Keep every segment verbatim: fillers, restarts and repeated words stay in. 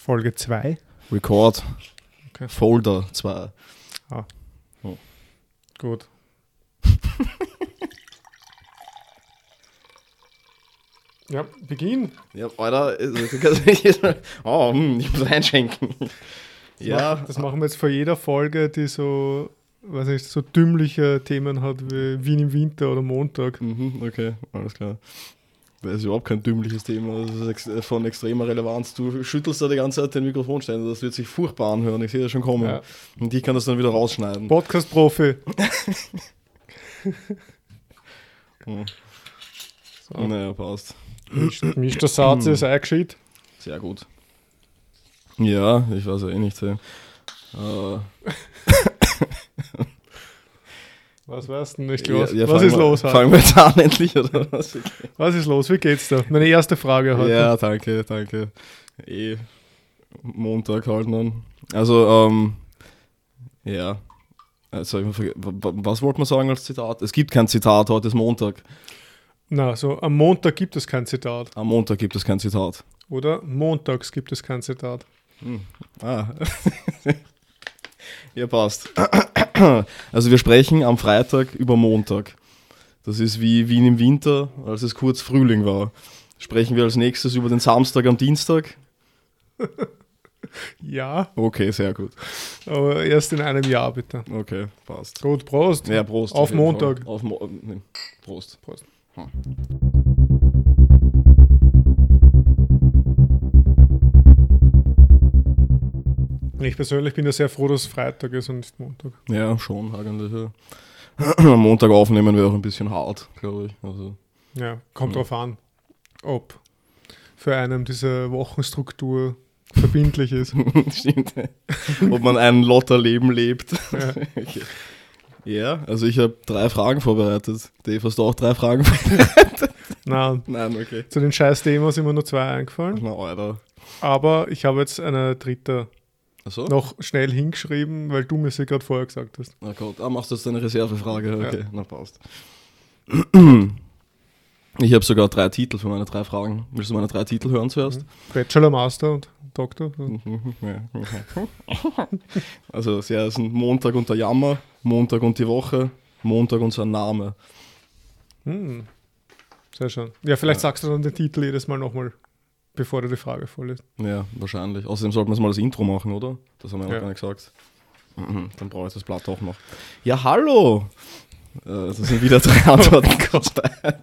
Folge zwei. Record. Okay. Folder zwei. Ah. Oh. Gut. Ja, Beginn. Ja, Alter, du kannst nicht oh, hm, ich muss einschenken. Das Ja. Mach, das machen wir jetzt vor jeder Folge, die so, weiß nicht, so dümmliche Themen hat wie Wien im Winter oder Montag. Mhm, okay, alles klar. Das ist überhaupt kein dümmliches Thema, das ist ex- von extremer Relevanz. Du schüttelst da die ganze Zeit den Mikrofonständer, das wird sich furchtbar anhören, ich sehe das schon kommen. Ja. Und ich kann das dann wieder rausschneiden. Podcast-Profi. Hm. So. Naja, passt. Mister Satz ist eingescheit. Sehr gut. Ja, ich weiß ja eh nicht. Äh, Was weißt du denn nicht los? ja, ja, was ist wir, los? Fangen wir jetzt an endlich, oder was? Was ist los? Wie geht's da? Meine erste Frage heute. Ja, danke, danke. Eh, Montag halt, man. Also, ähm, ja. Also, ich verge- was wollte man sagen als Zitat? Es gibt kein Zitat, heute ist Montag. Na, so am Montag gibt es kein Zitat. Am Montag gibt es kein Zitat. Oder montags gibt es kein Zitat. Hm. Ah. Ja, passt. Also wir sprechen am Freitag über Montag. Das ist wie Wien im Winter, als es kurz Frühling war. Sprechen wir als nächstes über den Samstag am Dienstag? Ja, Okay, sehr gut. aber erst in einem Jahr, bitte. Okay, passt. Gut, Prost. Ja, Prost. Auf jeden Montag. Fall. Auf Mo- nee, Prost. Prost. Hm. Ich persönlich bin ja sehr froh, dass es Freitag ist und nicht Montag. Ja, schon eigentlich. Ja. Am Montag aufnehmen wäre auch ein bisschen hart, glaube ich. Also, Ja, kommt Ja. drauf an, ob für einen diese Wochenstruktur verbindlich ist. stimmt. Ob man ein Lotterleben lebt. Ja. Okay. Ja, also ich habe drei Fragen vorbereitet. Dave, hast du auch drei Fragen vorbereitet? Nein, Nein, okay. zu den scheiß Themas sind mir nur zwei eingefallen. Na, Alter. Aber ich habe jetzt eine dritte Achso? noch schnell hingeschrieben, weil du mir sie gerade vorher gesagt hast. Na Gott, ah, machst du jetzt eine Reservefrage? Okay, Ja. na passt. Ich habe sogar drei Titel für meine drei Fragen. Willst du meine drei Titel hören zuerst? Bachelor, Master und Doktor. Ja. Also, sehr ist ein Montag und der Jammer, Montag und die Woche, Montag und sein Name. Hm. Sehr schön. Ja, vielleicht Ja. sagst du dann den Titel jedes Mal nochmal, bevor du die Frage vorliest. Ja, wahrscheinlich. Außerdem sollten wir es mal als Intro machen, oder? Das haben wir ja Ja. noch gar nicht gesagt. Mhm, dann brauche ich das Blatt auch noch. Ja, hallo! Äh, Das sind wieder drei Antworten bereit.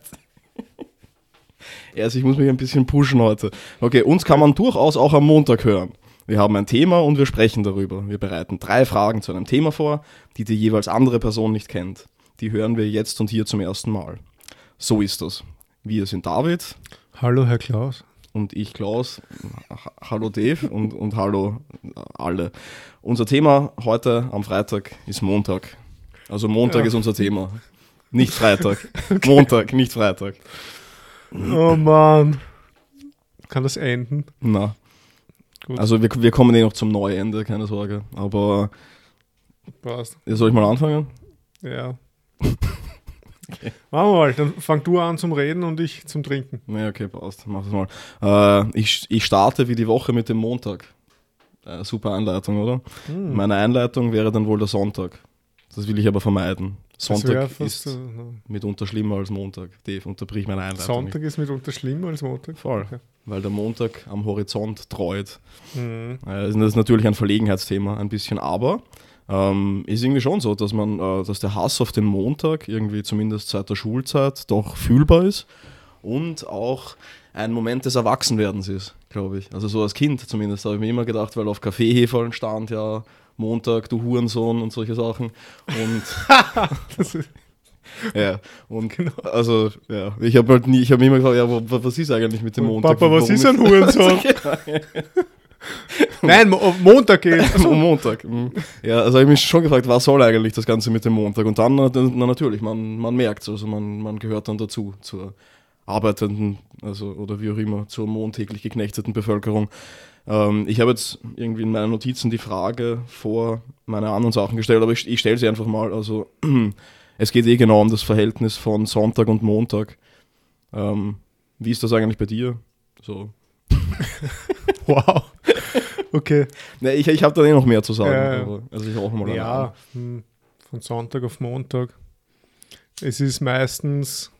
Also ich muss mich ein bisschen pushen heute. Okay, uns kann man durchaus auch am Montag hören. Wir haben ein Thema und wir sprechen darüber. Wir bereiten drei Fragen zu einem Thema vor, die die jeweils andere Person nicht kennt. Die hören wir jetzt und hier zum ersten Mal. So ist das. Wir sind David Hallo, Herr Klaus. und ich Klaus. Ha- Hallo Dave und, und hallo alle. Unser Thema heute am Freitag ist Montag. Also Montag Ja. ist unser Thema. Nicht Freitag. Montag, nicht Freitag. Oh Mann. Kann das enden? Na. Gut. Also wir, wir kommen eh noch zum Neuende, keine Sorge. Aber Passt. ja, soll ich mal anfangen? Ja. Machen wir mal, dann fang du an zum Reden und ich zum Trinken. Nee, okay, passt. Mach das mal. Äh, ich, ich starte wie die Woche mit dem Montag. Äh, super Einleitung, oder? Hm. Meine Einleitung wäre dann wohl der Sonntag. Das will ich aber vermeiden. Das wär Sonntag fast, ist äh, mitunter schlimmer als Montag. Dave, unterbrich meine Einleitung. Sonntag ist mitunter schlimmer als Montag. Voll. Okay. Weil der Montag am Horizont treut. Hm. Äh, das ist natürlich ein Verlegenheitsthema, ein bisschen, aber ähm, ist irgendwie schon so, dass man, äh, dass der Hass auf den Montag irgendwie zumindest seit der Schulzeit doch fühlbar ist und auch ein Moment des Erwachsenwerdens ist, glaube ich. Also so als Kind zumindest habe ich mir immer gedacht, weil auf Kaffeeheferln stand ja Montag, du Hurensohn und solche Sachen. Und Das ist, ja, und Genau. also ja, ich habe halt nie, ich habe mir immer gefragt, ja, wo- was ist eigentlich mit dem Montag? Papa, was Warum ist ein Hurensohn? Genau. Nein, Mo Montag geht. Am Montag. mhm. Ja, also habe ich mich schon gefragt, was soll eigentlich das Ganze mit dem Montag? Und dann, na, na natürlich, man, man merkt es, also man, man gehört dann dazu, zur arbeitenden, also oder wie auch immer, zur montäglich geknechteten Bevölkerung. Ähm, ich habe jetzt irgendwie in meinen Notizen die Frage vor meine anderen Sachen gestellt, aber ich, ich stelle sie einfach mal. Also es geht eh genau um das Verhältnis von Sonntag und Montag. Ähm, wie ist das eigentlich bei dir? So. Wow. Okay. Ne, ich ich habe da eh noch mehr zu sagen. Äh, aber, also ich auch mal eine Ja, Ahnung. hm, von Sonntag auf Montag. Es ist meistens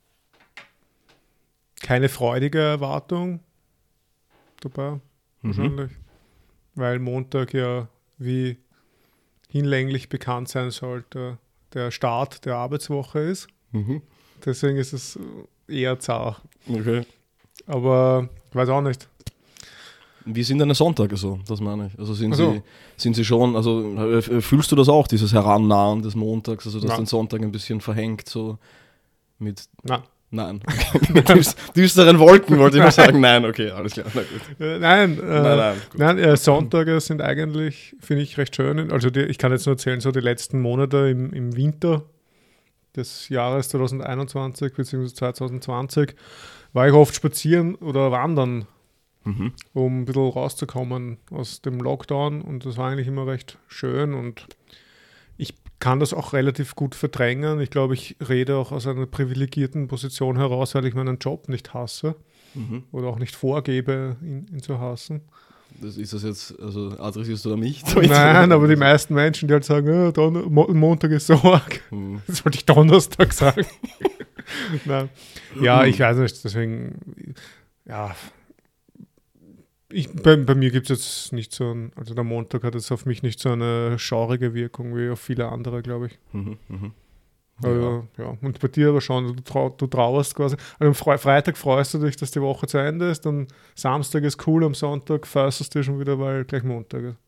keine freudige Erwartung dabei, Mhm. wahrscheinlich. Weil Montag ja, wie hinlänglich bekannt sein sollte, der Start der Arbeitswoche ist. Mhm. Deswegen ist es eher zart. Okay. Aber ich weiß auch nicht. Wie sind deine Sonntage so? Das meine ich. Also sind, Ach so. sie, sind sie schon, also äh, fühlst du das auch, dieses Herannahen des Montags, also dass Nein. den Sonntag ein bisschen verhängt, so mit. Nein. Nein. Mit düst- düsteren Wolken wollte ich nur sagen. Nein, okay, alles klar. Na gut. Äh, nein, äh, Nein, nein, gut. nein äh, Sonntage sind eigentlich, finde ich, recht schön. Also die, ich kann jetzt nur erzählen, so die letzten Monate im, im Winter des Jahres zwanzig einundzwanzig bzw. zwanzig zwanzig war ich oft spazieren oder wandern, Mhm. um ein bisschen rauszukommen aus dem Lockdown, und das war eigentlich immer recht schön, und ich kann das auch relativ gut verdrängen. Ich glaube, ich rede auch aus einer privilegierten Position heraus, weil ich meinen Job nicht hasse Mhm. oder auch nicht vorgebe, ihn, ihn zu hassen. Das ist das jetzt, also adressierst du da mich? Nein, aber die meisten Menschen, die halt sagen, ja, Don- Mo- Montag ist so arg, Mhm. das wollte ich Donnerstag sagen. Nein. Ja, ich weiß nicht, deswegen, ja, ich, bei, bei mir gibt es jetzt nicht so ein, also der Montag hat jetzt auf mich nicht so eine schaurige Wirkung wie auf viele andere, glaube ich. Mhm. Mhm. Also, ja. Und bei dir aber schon, du, trau, du trauerst quasi. Also am Fre Freitag freust du dich, dass die Woche zu Ende ist, dann Samstag ist cool, am Sonntag feierst du schon wieder, weil gleich Montag ist.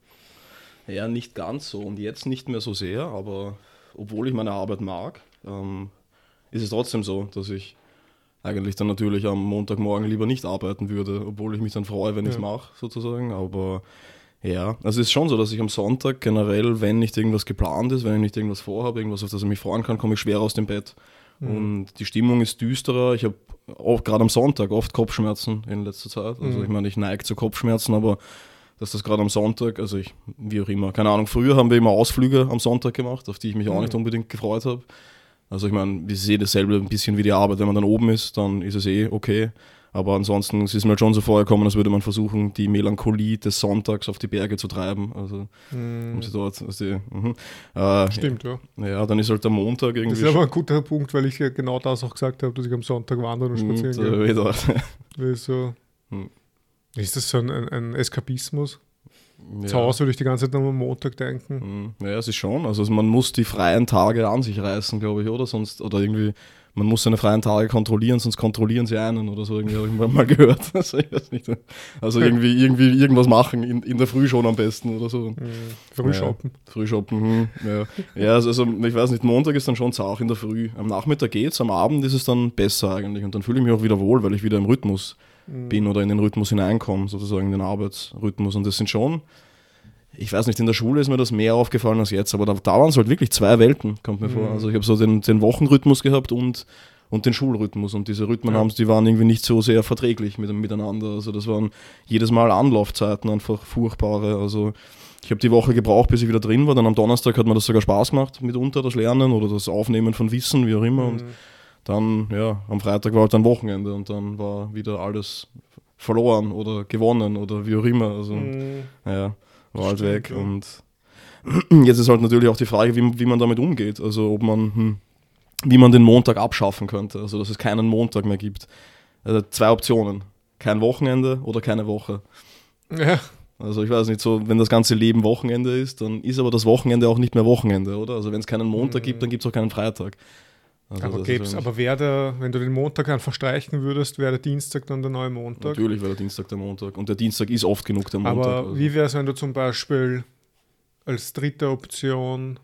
Ja, nicht ganz so und jetzt nicht mehr so sehr, aber obwohl ich meine Arbeit mag, ähm, ist es trotzdem so, dass ich eigentlich dann natürlich am Montagmorgen lieber nicht arbeiten würde, obwohl ich mich dann freue, wenn ich es Ja. mache, sozusagen. Aber ja, also es ist schon so, dass ich am Sonntag generell, wenn nicht irgendwas geplant ist, wenn ich nicht irgendwas vorhabe, irgendwas, auf das ich mich freuen kann, komme ich schwer aus dem Bett. Mhm. Und die Stimmung ist düsterer. Ich habe auch gerade am Sonntag oft Kopfschmerzen in letzter Zeit. Also Mhm. ich meine, ich neige zu Kopfschmerzen, aber dass das gerade am Sonntag, also ich, wie auch immer, keine Ahnung, früher haben wir immer Ausflüge am Sonntag gemacht, auf die ich mich auch Mhm. nicht unbedingt gefreut habe. Also ich meine, wir sehen dasselbe ein bisschen wie die Arbeit, wenn man dann oben ist, dann ist es eh okay. Aber ansonsten es ist mir halt schon so vorgekommen, als würde man versuchen, die Melancholie des Sonntags auf die Berge zu treiben. Also Mhm. um sie dort, also die, mhm. äh, Stimmt, ja. ja, dann ist halt der Montag irgendwie. Das ist aber ein guter Punkt, weil ich ja genau das auch gesagt habe, dass ich am Sonntag wandern und Mhm, spazieren so gehe. wieder. Das ist, so, Mhm. ist das so ein, ein, ein Eskapismus? Ja. Zu Hause würde ich die ganze Zeit nur am Montag denken. Mhm. Ja, es ist schon. Also man muss die freien Tage an sich reißen, glaube ich, oder? Sonst, oder irgendwie, man muss seine freien Tage kontrollieren, sonst kontrollieren sie einen oder so, irgendwie habe ich mal gehört. Also, ich weiß nicht. Also irgendwie, irgendwie irgendwas machen, in, in der Früh schon am besten oder so. Mhm. Früh shoppen. Ja, früh shoppen, hm, ja. Ja, also, also ich weiß nicht, Montag ist dann schon zart in der Früh. Am Nachmittag geht's, am Abend ist es dann besser eigentlich und dann fühle ich mich auch wieder wohl, weil ich wieder im Rhythmus Mhm. bin oder in den Rhythmus hineinkomme, sozusagen in den Arbeitsrhythmus. Und das sind schon, ich weiß nicht, in der Schule ist mir das mehr aufgefallen als jetzt, aber da, da waren es halt wirklich zwei Welten, kommt mir Mhm. vor. Also ich habe so den, den Wochenrhythmus gehabt und, und den Schulrhythmus und diese Rhythmen Ja. haben, die waren irgendwie nicht so sehr verträglich mit, miteinander. Also das waren jedes Mal Anlaufzeiten einfach furchtbare. Also ich habe die Woche gebraucht, bis ich wieder drin war. Dann am Donnerstag hat mir das sogar Spaß gemacht, mitunter das Lernen oder das Aufnehmen von Wissen, wie auch immer. Und Mhm. dann, ja, am Freitag war halt dann Wochenende und dann war wieder alles verloren oder gewonnen oder wie auch immer. Also, Mhm. ja, war halt Stimmt, weg. ja. Und jetzt ist halt natürlich auch die Frage, wie, wie man damit umgeht. Also, ob man, hm, wie man den Montag abschaffen könnte. Also, dass es keinen Montag mehr gibt. Also, zwei Optionen. Kein Wochenende oder keine Woche. Ja. Also ich weiß nicht, so wenn das ganze Leben Wochenende ist, dann ist aber das Wochenende auch nicht mehr Wochenende, oder? Also wenn es keinen Montag Mhm. gibt, dann gibt es auch keinen Freitag. Also Aber, das gäb's, ist eigentlich- aber wäre der, wenn du den Montag einfach streichen würdest, wäre der Dienstag dann der neue Montag. Natürlich wäre der Dienstag der Montag. Und der Dienstag ist oft genug der Montag. Aber also. wie wäre es, wenn du zum Beispiel als dritte Option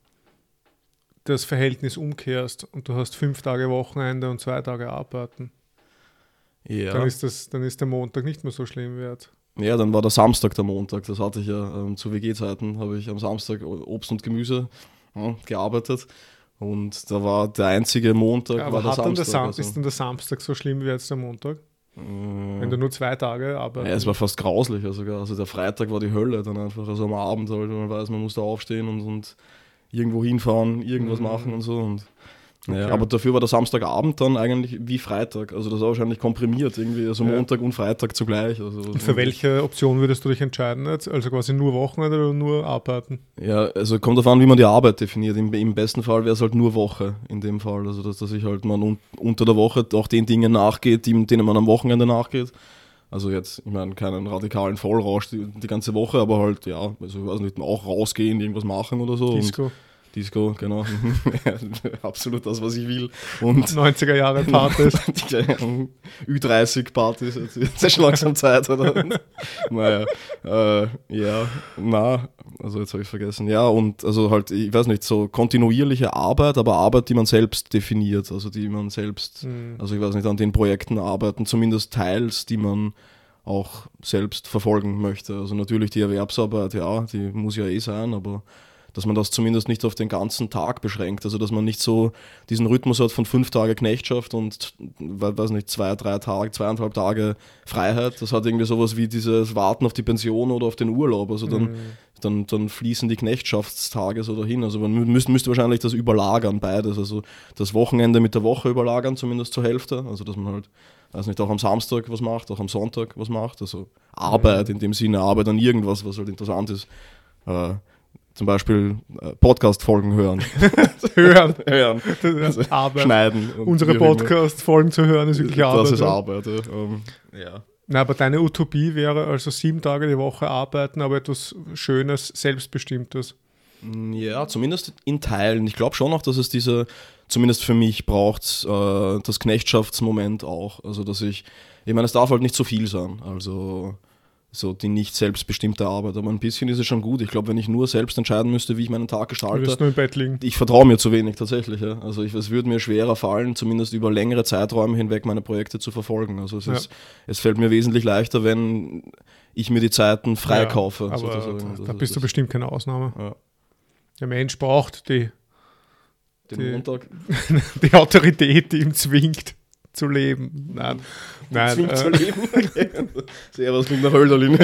das Verhältnis umkehrst und du hast fünf Tage Wochenende und zwei Tage Arbeiten? ja. Dann, ist das, dann ist der Montag nicht mehr so schlimm wert. ja, dann war der Samstag der Montag. Das hatte ich ja ähm, zu W G-Zeiten, habe ich am Samstag Obst und Gemüse ja, gearbeitet. Und da war der einzige Montag, Aber war der hat dann der Samstag. Sam also, ist dann der Samstag so schlimm wie jetzt der Montag? äh, Wenn du nur zwei Tage arbeitest? Ja, es war fast grauslicher sogar. Also der Freitag war die Hölle dann einfach. Also am Abend halt, wenn man weiß, man musste aufstehen und, und irgendwo hinfahren, irgendwas Mhm. machen und so. Und Ja, Okay. aber dafür war der Samstagabend dann eigentlich wie Freitag. Also das war wahrscheinlich komprimiert irgendwie, also Ja. Montag und Freitag zugleich. Also Und für welche Option würdest du dich entscheiden jetzt? Also quasi nur Wochenende oder nur arbeiten? Ja, also kommt darauf an, wie man die Arbeit definiert. Im, im besten Fall wäre es halt nur Woche in dem Fall. Also dass, dass ich halt man un, unter der Woche auch den Dingen nachgeht, die, denen man am Wochenende nachgeht. Also jetzt, ich meine, keinen radikalen Vollrausch die, die ganze Woche, aber halt, ja, also ich weiß nicht, auch rausgehen, irgendwas machen oder so. Disco. Und Disco, genau. Absolut das, was ich will. Und neunziger Jahre Partys. Ü dreißig Partys, jetzt ist ja schon langsam Zeit, oder? Naja, äh, ja, na, also jetzt habe ich vergessen. Ja, und also halt, ich weiß nicht, so kontinuierliche Arbeit, aber Arbeit, die man selbst definiert, also die man selbst, Mhm. also ich weiß nicht, an den Projekten arbeiten, zumindest teils, die man auch selbst verfolgen möchte. Also natürlich die Erwerbsarbeit, ja, die muss ja eh sein, aber dass man das zumindest nicht auf den ganzen Tag beschränkt, also dass man nicht so diesen Rhythmus hat von fünf Tage Knechtschaft und, weiß nicht, zwei, drei Tage, zweieinhalb Tage Freiheit. Das hat irgendwie sowas wie dieses Warten auf die Pension oder auf den Urlaub, also dann, Mhm. dann, dann fließen die Knechtschaftstage so dahin. Also man müsste, müsste wahrscheinlich das überlagern, beides, also das Wochenende mit der Woche überlagern, zumindest zur Hälfte, also dass man halt, weiß nicht, auch am Samstag was macht, auch am Sonntag was macht, also Arbeit in dem Sinne, Arbeit an irgendwas, was halt interessant ist. Äh, Zum Beispiel äh, Podcast-Folgen hören. Hören. hören. Also, Arbeit. schneiden. und Unsere wie auch immer. Podcast-Folgen zu hören ist wirklich Arbeit. Das ist ja. Arbeit, ja. Ähm, ja. Na, aber deine Utopie wäre also sieben Tage die Woche arbeiten, aber etwas Schönes, Selbstbestimmtes. Ja, zumindest in Teilen. Ich glaube schon noch, dass es diese, zumindest für mich braucht äh, das Knechtschaftsmoment auch. Also dass ich, ich meine, es darf halt nicht zu viel sein. Also so die nicht selbstbestimmte Arbeit. Aber ein bisschen ist es schon gut. Ich glaube, wenn ich nur selbst entscheiden müsste, wie ich meinen Tag Du gestalte, würdest nur im Bett liegen. ich vertraue mir zu wenig tatsächlich. Ja. Also ich, es würde mir schwerer fallen, zumindest über längere Zeiträume hinweg meine Projekte zu verfolgen. Also es, Ja. ist, es fällt mir wesentlich leichter, wenn ich mir die Zeiten frei Ja, kaufe. Aber sozusagen. da, Das da ist bist du das. bestimmt keine Ausnahme. Ja. Der Mensch braucht die, Den Die- Montag die Autorität, die ihm zwingt zu leben. Nein, nein. zwingt zu Äh, leben. Sehr was mit einer Hölderlin.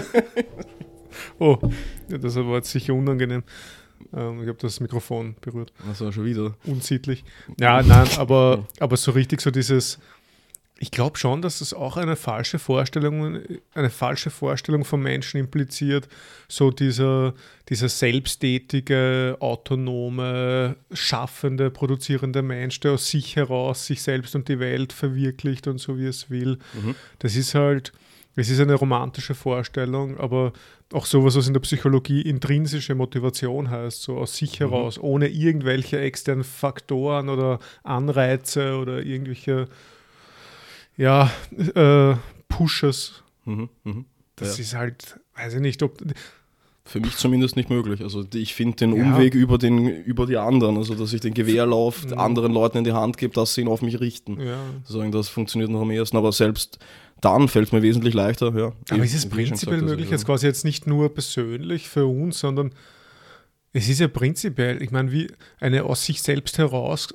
oh, ja, das war jetzt sicher unangenehm. Ähm, ich habe das Mikrofon berührt. Das war schon wieder. Unsittlich. Ja, nein, aber, aber so richtig so dieses, ich glaube schon, dass das auch eine falsche Vorstellung, eine falsche Vorstellung von Menschen impliziert, so dieser, dieser selbsttätige, autonome, schaffende, produzierende Mensch, der aus sich heraus sich selbst und die Welt verwirklicht und so wie es will. Mhm. Das ist halt, es ist eine romantische Vorstellung, aber auch sowas, was in der Psychologie intrinsische Motivation heißt, so aus sich heraus, ohne irgendwelche externen Faktoren oder Anreize oder irgendwelche ja, äh, Pushes. Mhm. Mhm. Das Ja. ist halt, weiß ich nicht, ob. Für mich zumindest nicht möglich. Also die- ich finde den Ja. Umweg über, den, über die anderen, also dass ich den Gewehrlauf Mhm. anderen Leuten in die Hand gebe, dass sie ihn auf mich richten. Ja. Sagen, das funktioniert noch am ehesten, aber selbst dann fällt es mir wesentlich leichter. Ja. Aber Wie- ist es wie schon prinzipiell gesagt, möglich, also, jetzt quasi jetzt nicht nur persönlich für uns, sondern es ist ja prinzipiell, ich meine, wie eine aus sich selbst heraus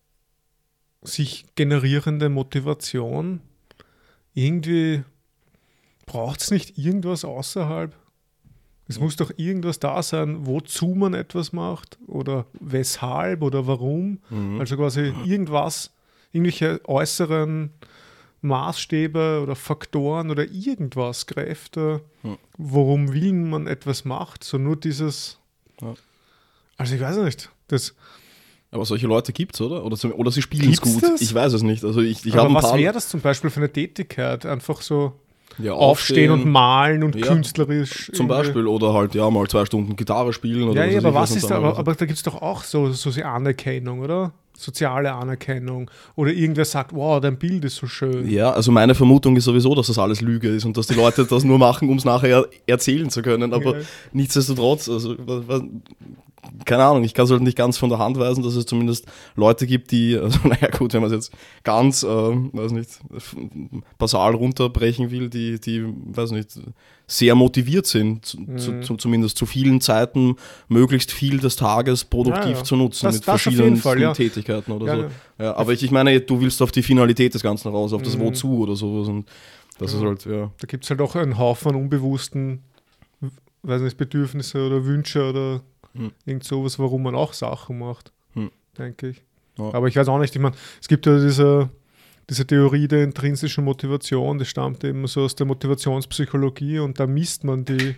sich generierende Motivation, irgendwie braucht es nicht irgendwas außerhalb. Es muss doch irgendwas da sein, wozu man etwas macht oder weshalb oder warum. Mhm. Also quasi irgendwas, irgendwelche äußeren Maßstäbe oder Faktoren oder irgendwas, Kräfte, Hm. worum will man etwas macht. So nur dieses, Ja. also ich weiß nicht, das, Aber solche Leute gibt es, oder? Oder, zum- oder sie spielen es Gibt's gut. das? Ich weiß es nicht. Also ich, ich aber habe ein was paar wäre das zum Beispiel für eine Tätigkeit? Einfach so ja, aufstehen und malen und Ja, künstlerisch. Zum irgendwie- Beispiel. Oder halt ja mal zwei Stunden Gitarre spielen. Oder Ja, ja, weiß aber ich, was uns ist dann da, aber, alles- aber da gibt es doch auch so, so die Anerkennung, oder? Soziale Anerkennung. Oder irgendwer sagt, wow, dein Bild ist so schön. Ja, also meine Vermutung ist sowieso, dass das alles Lüge ist und dass die Leute das nur machen, um es nachher erzählen zu können. Aber Ja. nichtsdestotrotz, also was, was, keine Ahnung, ich kann es halt nicht ganz von der Hand weisen, dass es zumindest Leute gibt, die, also naja gut, wenn man es jetzt ganz, ähm, weiß nicht, f- basal runterbrechen will, die, die, weiß nicht, sehr motiviert sind, zu, zu, Mhm. zu, zumindest zu vielen Zeiten möglichst viel des Tages produktiv Ja, ja. zu nutzen Das- mit das auf jeden verschiedenen Fall, ja. Tätigkeiten oder Ja, so. ja. Ja, aber ich, ich meine, du willst auf die Finalität des Ganzen raus, auf das Mhm. Wozu oder sowas und das Ja. ist halt, ja. Da gibt es halt auch einen Haufen unbewussten, weiß nicht, Bedürfnisse oder Wünsche oder Hm. irgend sowas, warum man auch Sachen macht, Hm. denke ich. Ja. Aber ich weiß auch nicht, ich meine, es gibt ja diese, diese Theorie der intrinsischen Motivation, die stammt eben so aus der Motivationspsychologie und da misst man die,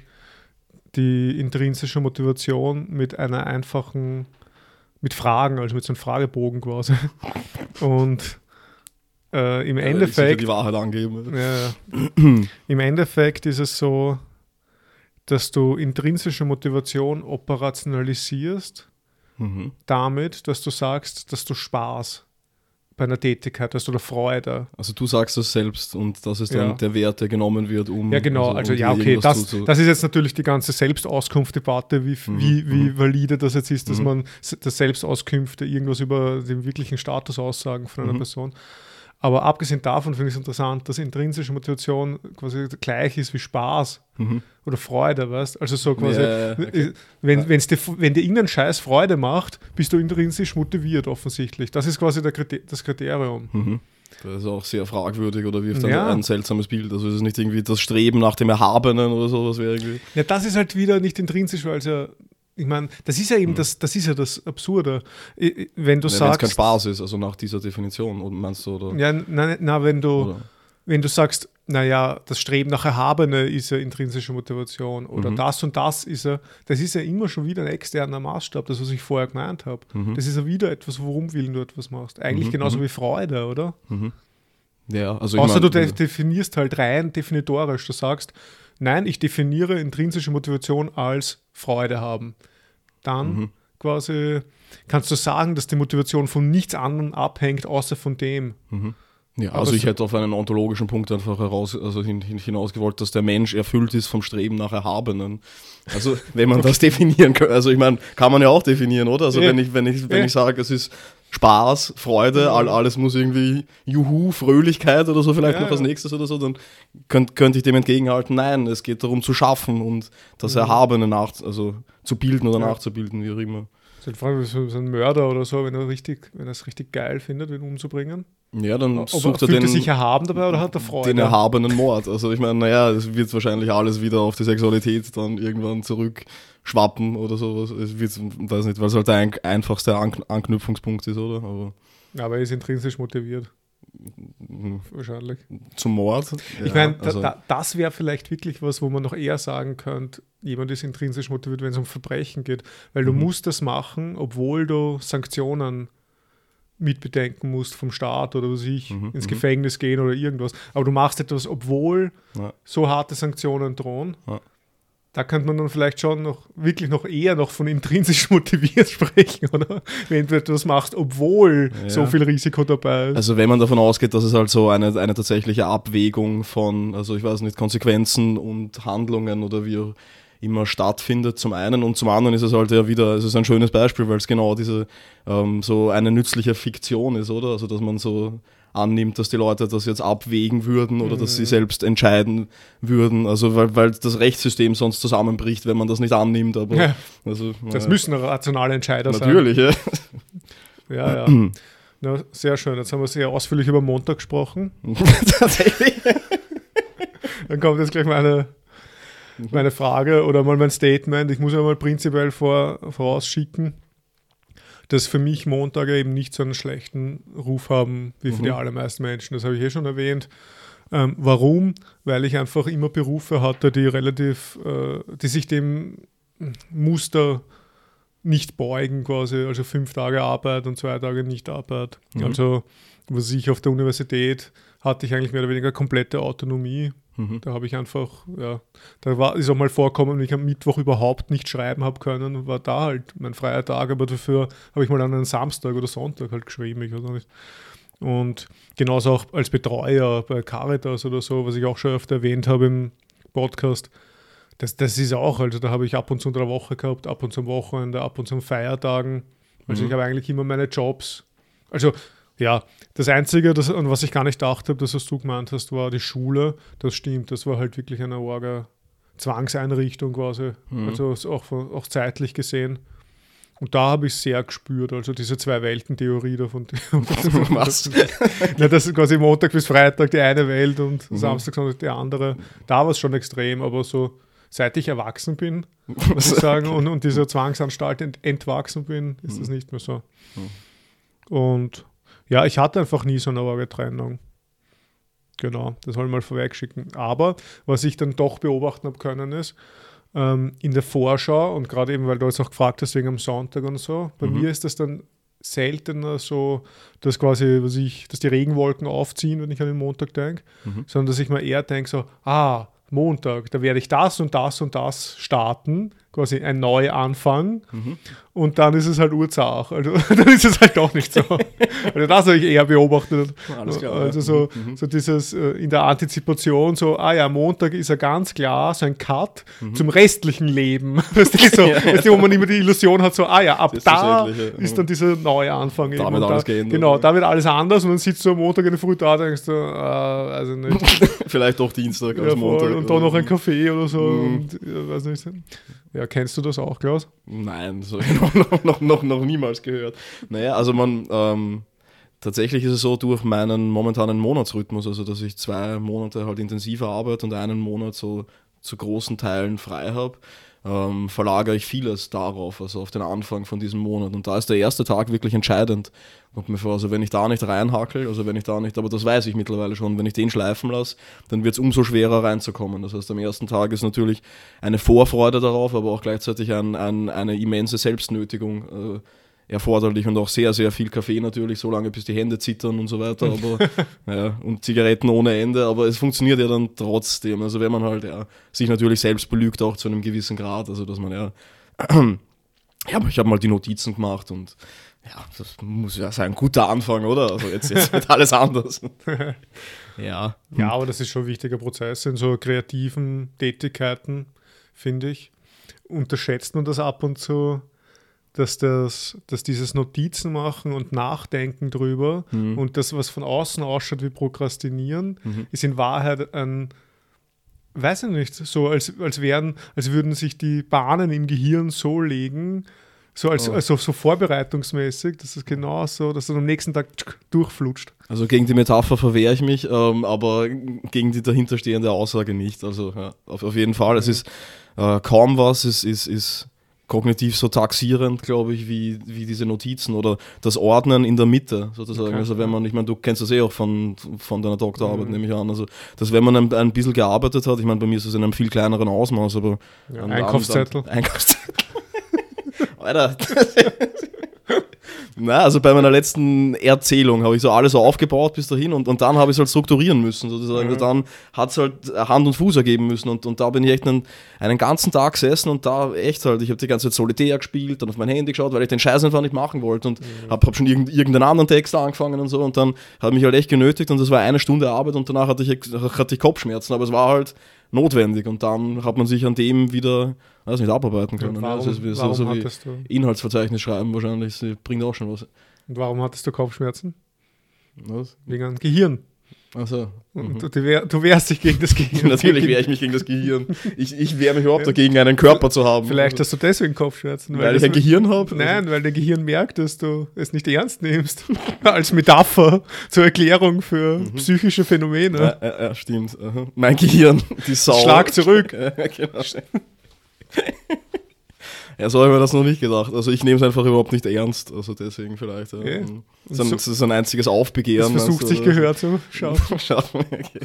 die intrinsische Motivation mit einer einfachen, mit Fragen, also mit so einem Fragebogen quasi. Und äh, im Ja, Endeffekt... die Wahrheit angeben. Ja, im Endeffekt ist es so, dass du intrinsische Motivation operationalisierst Mhm. damit, dass du sagst, dass du Spaß bei einer Tätigkeit hast oder Freude. Also du sagst das selbst und das ist dann Ja. der Wert, der genommen wird, um... Ja, genau. Also, um ja, dir okay, irgendwas das, zu, zu, das ist jetzt natürlich die ganze Selbstauskunft-Debatte, wie, Mhm, wie, wie mhm. valide das jetzt ist, dass Mhm. man, dass Selbstauskünfte irgendwas über den wirklichen Status aussagen von einer Mhm. Person. Aber abgesehen davon finde ich es interessant, dass intrinsische Motivation quasi gleich ist wie Spaß Mhm. oder Freude, weißt? Also so quasi, Ja, okay. wenn, wenn's dir, wenn dir irgendein Scheiß Freude macht, bist du intrinsisch motiviert offensichtlich. Das ist quasi der Kriter- das Kriterium. Mhm. Das ist auch sehr fragwürdig oder wirft Ja. ein, ein seltsames Bild. Also es ist nicht irgendwie das Streben nach dem Erhabenen oder sowas wäre irgendwie... Ja, das ist halt wieder nicht intrinsisch, weil es ja, ich meine, das ist ja eben das, das ist ja das Absurde. I- i- Wenn du Wenn es sagst, kein Spaß ist, also nach dieser Definition, oder meinst du, oder? ja, na, na, wenn du, oder? wenn du sagst, naja, das Streben nach Erhabene ist ja intrinsische Motivation oder Mhm. das und das ist ja, das ist ja immer schon wieder ein externer Maßstab, das, was ich vorher gemeint habe. Mhm. Das ist ja wieder etwas, worum willen du etwas machst. Eigentlich Mhm, genauso mhm. wie Freude, oder? Mhm. Ja, also ich Außer mein, du de definierst halt rein definitorisch. Du sagst, nein, ich definiere intrinsische Motivation als Freude haben. Dann Mhm. quasi kannst du sagen, dass die Motivation von nichts anderem abhängt, außer von dem. Mhm. Ja, Aber also ich so- hätte auf einen ontologischen Punkt einfach heraus, also hin, hin, hinausgewollt, dass der Mensch erfüllt ist vom Streben nach Erhabenen. Also wenn man das definieren kann, also ich meine, kann man ja auch definieren, oder? Also Ja. wenn ich, wenn ich, wenn Ja. ich sage, es ist Spaß, Freude, all, alles muss irgendwie Juhu, Fröhlichkeit oder so vielleicht Ja, noch als ja. nächstes oder so, dann könnt, könnte ich dem entgegenhalten, nein, es geht darum zu schaffen und das Mhm. Erhabene nach, also zu bilden oder Ja. nachzubilden, wie auch immer. Das ist halt Frage, so so ein Mörder oder so, wenn er richtig, wenn er es richtig geil findet, ihn umzubringen. Ja, dann Aber sucht er fühlt den, er sich erhaben dabei oder hat er Freude? den erhabenen Mord. Also ich meine, naja, es wird wahrscheinlich alles wieder auf die Sexualität dann irgendwann zurückschwappen oder sowas. Es wird, weiß nicht, weil es halt der ein, einfachste An Anknüpfungspunkt ist, oder? Aber Aber er ist intrinsisch motiviert, mh, wahrscheinlich. zum Mord. Ich ja, meine, da, also, da, das wäre vielleicht wirklich was, wo man noch eher sagen könnte, jemand ist intrinsisch motiviert, wenn es um Verbrechen geht. Weil du Mhm. musst das machen, obwohl du Sanktionen mitbedenken musst vom Staat oder was ich, Mhm, ins mhm. Gefängnis gehen oder irgendwas. Aber du machst etwas, obwohl Ja. so harte Sanktionen drohen. Ja. Da könnte man dann vielleicht schon noch wirklich noch eher noch von intrinsisch motiviert sprechen, oder? Wenn du etwas machst, obwohl Ja. so viel Risiko dabei ist. also wenn man davon ausgeht, dass es halt so eine, eine tatsächliche Abwägung von, also ich weiß nicht, Konsequenzen und Handlungen oder wie auch immer stattfindet, zum einen, und zum anderen ist es halt ja wieder, es ist ein schönes Beispiel, weil es genau diese ähm, so eine nützliche Fiktion ist, oder? Also dass man so annimmt, dass die Leute das jetzt abwägen würden oder dass sie selbst entscheiden würden, also weil, weil das Rechtssystem sonst zusammenbricht, wenn man das nicht annimmt, aber Ja. also, Das naja, müssen rationale Entscheider sein. natürlich, ja. Ja, ja. Na, sehr schön. Jetzt haben wir sehr ausführlich über Montag gesprochen. Tatsächlich. Dann kommt jetzt gleich meine, meine Frage oder mal mein Statement. Ich muss ja mal prinzipiell vor, vorausschicken, dass für mich Montage eben nicht so einen schlechten Ruf haben wie für Mhm. die allermeisten Menschen. Das habe ich eh schon erwähnt. Ähm, warum? Weil ich einfach immer Berufe hatte, die relativ, äh, die sich dem Muster nicht beugen quasi, also fünf Tage Arbeit und zwei Tage Nicht-Arbeit. Mhm. Also was ich auf der Universität hatte ich eigentlich mehr oder weniger komplette Autonomie. Mhm. Da habe ich einfach, ja, da war, ist auch mal vorkommen, wenn ich am Mittwoch überhaupt nicht schreiben habe können, war da halt mein freier Tag, aber dafür habe ich mal an einem Samstag oder Sonntag halt geschrieben, ich weiß auch nicht. Und genauso auch als Betreuer bei Caritas oder so, was ich auch schon öfter erwähnt habe im Podcast, das, das ist auch, also da habe ich ab und zu unter der Woche gehabt, ab und zu am Wochenende, ab und zu an Feiertagen. Also Mhm. ich habe eigentlich immer meine Jobs. Also ja, das Einzige, das, an was ich gar nicht gedacht habe, das was du gemeint hast, war die Schule. Das stimmt, das war halt wirklich eine arge Zwangseinrichtung quasi, Mhm. also so auch, von- auch zeitlich gesehen. Und da habe ich sehr gespürt, also diese Zwei-Welten-Theorie davon. Was? Ja, das ist quasi Montag bis Freitag die eine Welt und Mhm. Samstag Sonntag die andere. Da war es schon extrem, aber so seit ich erwachsen bin, muss ich sagen, und, und dieser Zwangsanstalt ent, entwachsen bin, ist das nicht mehr so. Und ja, ich hatte einfach nie so eine arge Trennung. Genau, das soll ich mal vorwegschicken. Aber was ich dann doch beobachten habe können ist, ähm, in der Vorschau und gerade eben, weil du jetzt auch gefragt hast wegen am Sonntag und so, bei Mhm. mir ist das dann seltener so, dass quasi, was ich, dass die Regenwolken aufziehen, wenn ich an den Montag denke, Mhm. sondern dass ich mir eher denke so, ah, Montag, da werde ich das und das und das starten, quasi ein Neuanfang. Mhm. Und dann ist es halt Urzach. Also dann ist es halt doch nicht so. Also das habe ich eher beobachtet. Alles klar, Also ja. so, Mhm. so dieses äh, in der Antizipation, so, ah ja, Montag ist ja ganz klar so ein Cut Mhm. zum restlichen Leben. Weißt du, so, weißt du, wo man immer die Illusion hat, so, ah ja, ab da Selbstverständlich, ja. ist dann dieser neue Anfang. Da eben. wird Und alles geändert, Genau, ja. da wird alles anders und dann sitzt du am Montag in der Früh da und denkst du, äh, also nicht. Vielleicht doch Dienstag Ja, als voll. Montag. Und da noch ein Kaffee oder so. Mhm. Und, ja, weiß nicht. Ja, kennst du das auch, Klaus? Nein, das habe ich noch, noch, noch, noch, noch niemals gehört. Naja, also man, ähm, tatsächlich ist es so durch meinen momentanen Monatsrhythmus, also dass ich zwei Monate halt intensiver arbeite und einen Monat so zu großen Teilen frei habe, ähm, verlagere ich vieles darauf, also auf den Anfang von diesem Monat. Und da ist der erste Tag wirklich entscheidend, kommt mir vor. Also wenn ich da nicht reinhackel, also wenn ich da nicht, aber das weiß ich mittlerweile schon, wenn ich den schleifen lasse, dann wird es umso schwerer reinzukommen. Das heißt, am ersten Tag ist natürlich eine Vorfreude darauf, aber auch gleichzeitig ein, ein, eine immense Selbstnötigung äh, erforderlich und auch sehr, sehr viel Kaffee natürlich, so lange bis die Hände zittern und so weiter, aber ja, und Zigaretten ohne Ende, aber es funktioniert ja dann trotzdem, also wenn man halt ja, sich natürlich selbst belügt, auch zu einem gewissen Grad, also dass man ja, ja, aber ich habe mal die Notizen gemacht und ja, das muss ja sein, ein guter Anfang, oder? Also jetzt, jetzt wird alles anders. Ja. Ja, aber das ist schon ein wichtiger Prozess in so kreativen Tätigkeiten, finde ich. Unterschätzt man das ab und zu, dass, das, dass dieses Notizen machen und Nachdenken drüber Mhm. und das, was von außen ausschaut wie Prokrastinieren, Mhm. ist in Wahrheit ein, weiß ich nicht, so als, als, wären, als würden sich die Bahnen im Gehirn so legen, so als, Oh. also so vorbereitungsmäßig, dass es genau so, dass du am nächsten Tag tschk, durchflutscht. Also gegen die Metapher verwehre ich mich, ähm, aber gegen die dahinterstehende Aussage nicht. Also ja, auf, auf jeden Fall. Es ist äh, kaum was, es ist, ist kognitiv so taxierend, glaube ich, wie, wie diese Notizen oder das Ordnen in der Mitte sozusagen. Okay. Also wenn man, ich meine, du kennst das eh auch von, von deiner Doktorarbeit, Mhm. nehme ich an. Also dass wenn man ein, ein bisschen gearbeitet hat, ich meine, bei mir ist es in einem viel kleineren Ausmaß, aber Ja, an- Einkaufszettel. an- Einkaufszettel. Alter. Na, also bei meiner letzten Erzählung habe ich so alles so aufgebaut bis dahin und, und dann habe ich es halt strukturieren müssen sozusagen. Mhm. Und dann hat es halt Hand und Fuß ergeben müssen und, und da bin ich echt einen, einen ganzen Tag gesessen und da echt halt, ich habe die ganze Zeit Solitär gespielt, dann auf mein Handy geschaut, weil ich den Scheiß einfach nicht machen wollte und Mhm. habe hab schon irgend, irgendeinen anderen Text angefangen und so und dann hat mich halt echt genötigt und das war eine Stunde Arbeit und danach hatte ich, hatte ich Kopfschmerzen, aber es war halt notwendig und dann hat man sich an dem wieder, weiß nicht, abarbeiten können. Und Ja, warum, das ist wie- warum so, so wie hattest du, Inhaltsverzeichnis schreiben wahrscheinlich, das bringt auch schon was. und warum hattest du Kopfschmerzen? Was? Wegen einem Gehirn. Achso. Und Mhm. du, du, wehr, du wehrst dich gegen das Gehirn. Natürlich wehre ich mich gegen das Gehirn. Ich, ich wehre mich überhaupt dagegen, einen Körper zu haben. Vielleicht hast du deswegen Kopfschmerzen. weil ich das- ein Gehirn habe. Nein, weil dein Gehirn merkt, dass du es nicht ernst nimmst. Als Metapher zur Erklärung für Mhm. psychische Phänomene. Ja, ja, ja, stimmt. Aha. Mein Gehirn, die Sau. Schlag zurück. Ja, genau. Ja, so habe ich mir das noch nicht gedacht. Also ich nehme es einfach überhaupt nicht ernst. Also deswegen vielleicht. Ja. Okay. Das, ist ein, So- das ist ein einziges Das Aufbegehren. versucht also, sich Gehör zu schaffen. Schaut mal, okay.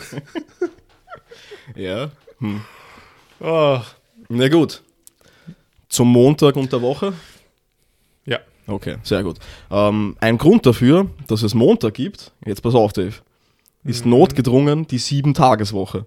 Ja. Hm. Oh, Na gut. Zum Montag und der Woche? ja. Okay, sehr gut. Ähm, ein Grund dafür, dass es Montag gibt, jetzt pass auf, Dave, ist Mhm. notgedrungen die Sieben-Tages-Woche.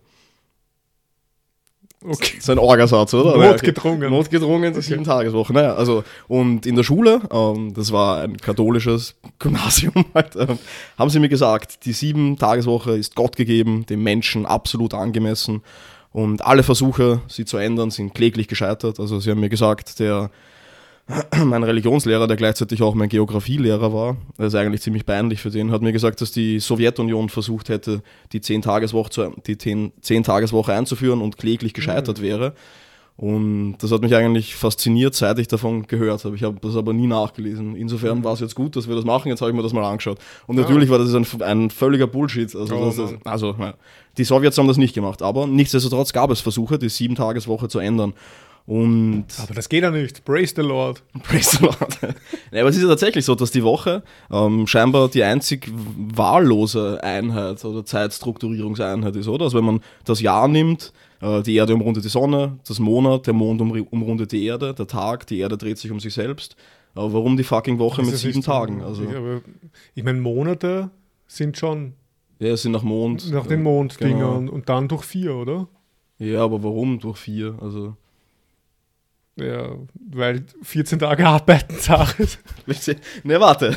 Okay. Das ist ein Orgasatz, oder? Notgedrungen. Notgedrungen, die Okay. Sieben-Tages-Woche. Naja, also, und in der Schule, ähm, das war ein katholisches Gymnasium, halt, ähm, haben sie mir gesagt, die Sieben-Tages-Woche ist Gott gegeben, dem Menschen absolut angemessen. Und alle Versuche, sie zu ändern, sind kläglich gescheitert. Also sie haben mir gesagt, der mein Religionslehrer, der gleichzeitig auch mein Geografielehrer war, das ist eigentlich ziemlich peinlich für den, hat mir gesagt, dass die Sowjetunion versucht hätte, die Zehn-Tageswoche zu- die Zehn- Zehn-Tageswoche einzuführen und kläglich gescheitert wäre. Und das hat mich eigentlich fasziniert, seit ich davon gehört habe. Ich habe das aber nie nachgelesen. Insofern war es jetzt gut, dass wir das machen. Jetzt habe ich mir das mal angeschaut. Und natürlich war das ein, ein völliger Bullshit. Also, Oh das, das, Mann. also ja. Die Sowjets haben das nicht gemacht. Aber nichtsdestotrotz gab es Versuche, die Sieben-Tageswoche zu ändern. Und aber das geht ja nicht. Praise the Lord. Praise the Lord. Ja, aber es ist ja tatsächlich so, dass die Woche ähm, scheinbar die einzig wahllose Einheit oder Zeitstrukturierungseinheit ist, oder? Also wenn man das Jahr nimmt, äh, die Erde umrundet die Sonne, das Monat, der Mond um, umrundet die Erde, der Tag, die Erde dreht sich um sich selbst. Aber warum die fucking Woche mit sieben Tagen? Also, ich aber, ich meine, Monate sind schon ja, es sind nach Mond. nach den Monddingern genau. und, und dann durch vier, oder? Ja, aber warum durch vier? Also ja, weil vierzehn Tage arbeiten Tag. Ne, warte.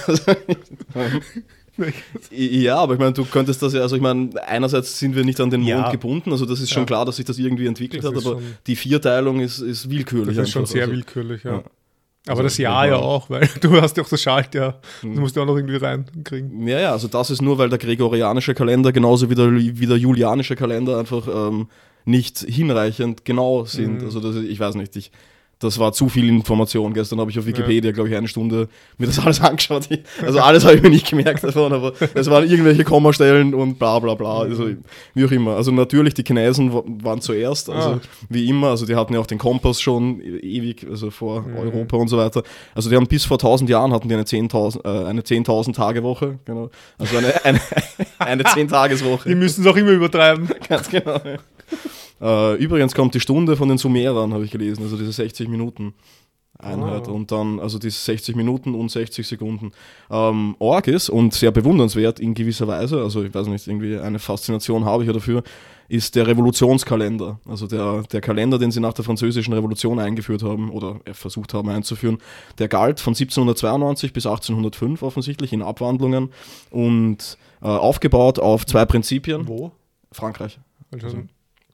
Ja, aber ich meine, du könntest das ja, also ich meine, einerseits sind wir nicht an den Mond ja. gebunden, also das ist schon ja. klar, dass sich das irgendwie entwickelt das hat, aber die Vierteilung ist, ist willkürlich. Das ist schon einfach. sehr also, willkürlich, ja. ja. Aber also das Jahr ja auch, weil du hast ja auch das Schaltjahr, das musst du auch noch irgendwie reinkriegen. Ja, ja, also das ist nur, weil der gregorianische Kalender genauso wie der, wie der julianische Kalender einfach ähm, nicht hinreichend genau sind. Mhm. Also das, ich weiß nicht, ich... Das war zu viel Information. Gestern habe ich auf Wikipedia, ja. glaube ich, eine Stunde mir das alles angeschaut. Also alles habe ich mir nicht gemerkt davon, aber es waren irgendwelche Kommastellen und bla bla bla. Also wie auch immer. Also natürlich, die Chinesen waren zuerst, also ah. wie immer. Also die hatten ja auch den Kompass schon ewig, also vor mhm. Europa und so weiter. Also die haben bis vor tausend Jahren hatten die eine zehntausend, äh, eine zehntausend Tage Woche. Genau. Also eine, eine, eine zehn-Tages-Woche. Die müssen es auch immer übertreiben. Ganz genau, ja. Uh, übrigens kommt die Stunde von den Sumerern, habe ich gelesen, also diese sechzig Minuten Einheit oh. und dann, also diese sechzig Minuten und sechzig Sekunden. Ähm, Org ist und sehr bewundernswert in gewisser Weise, also ich weiß nicht, irgendwie eine Faszination habe ich ja dafür, ist der Revolutionskalender, also der, der Kalender, den sie nach der französischen Revolution eingeführt haben oder versucht haben einzuführen, der galt von siebzehnhundertzweiundneunzig bis achtzehnhundertfünf offensichtlich in Abwandlungen und äh, aufgebaut auf zwei Prinzipien. Wo? Frankreich. Also, also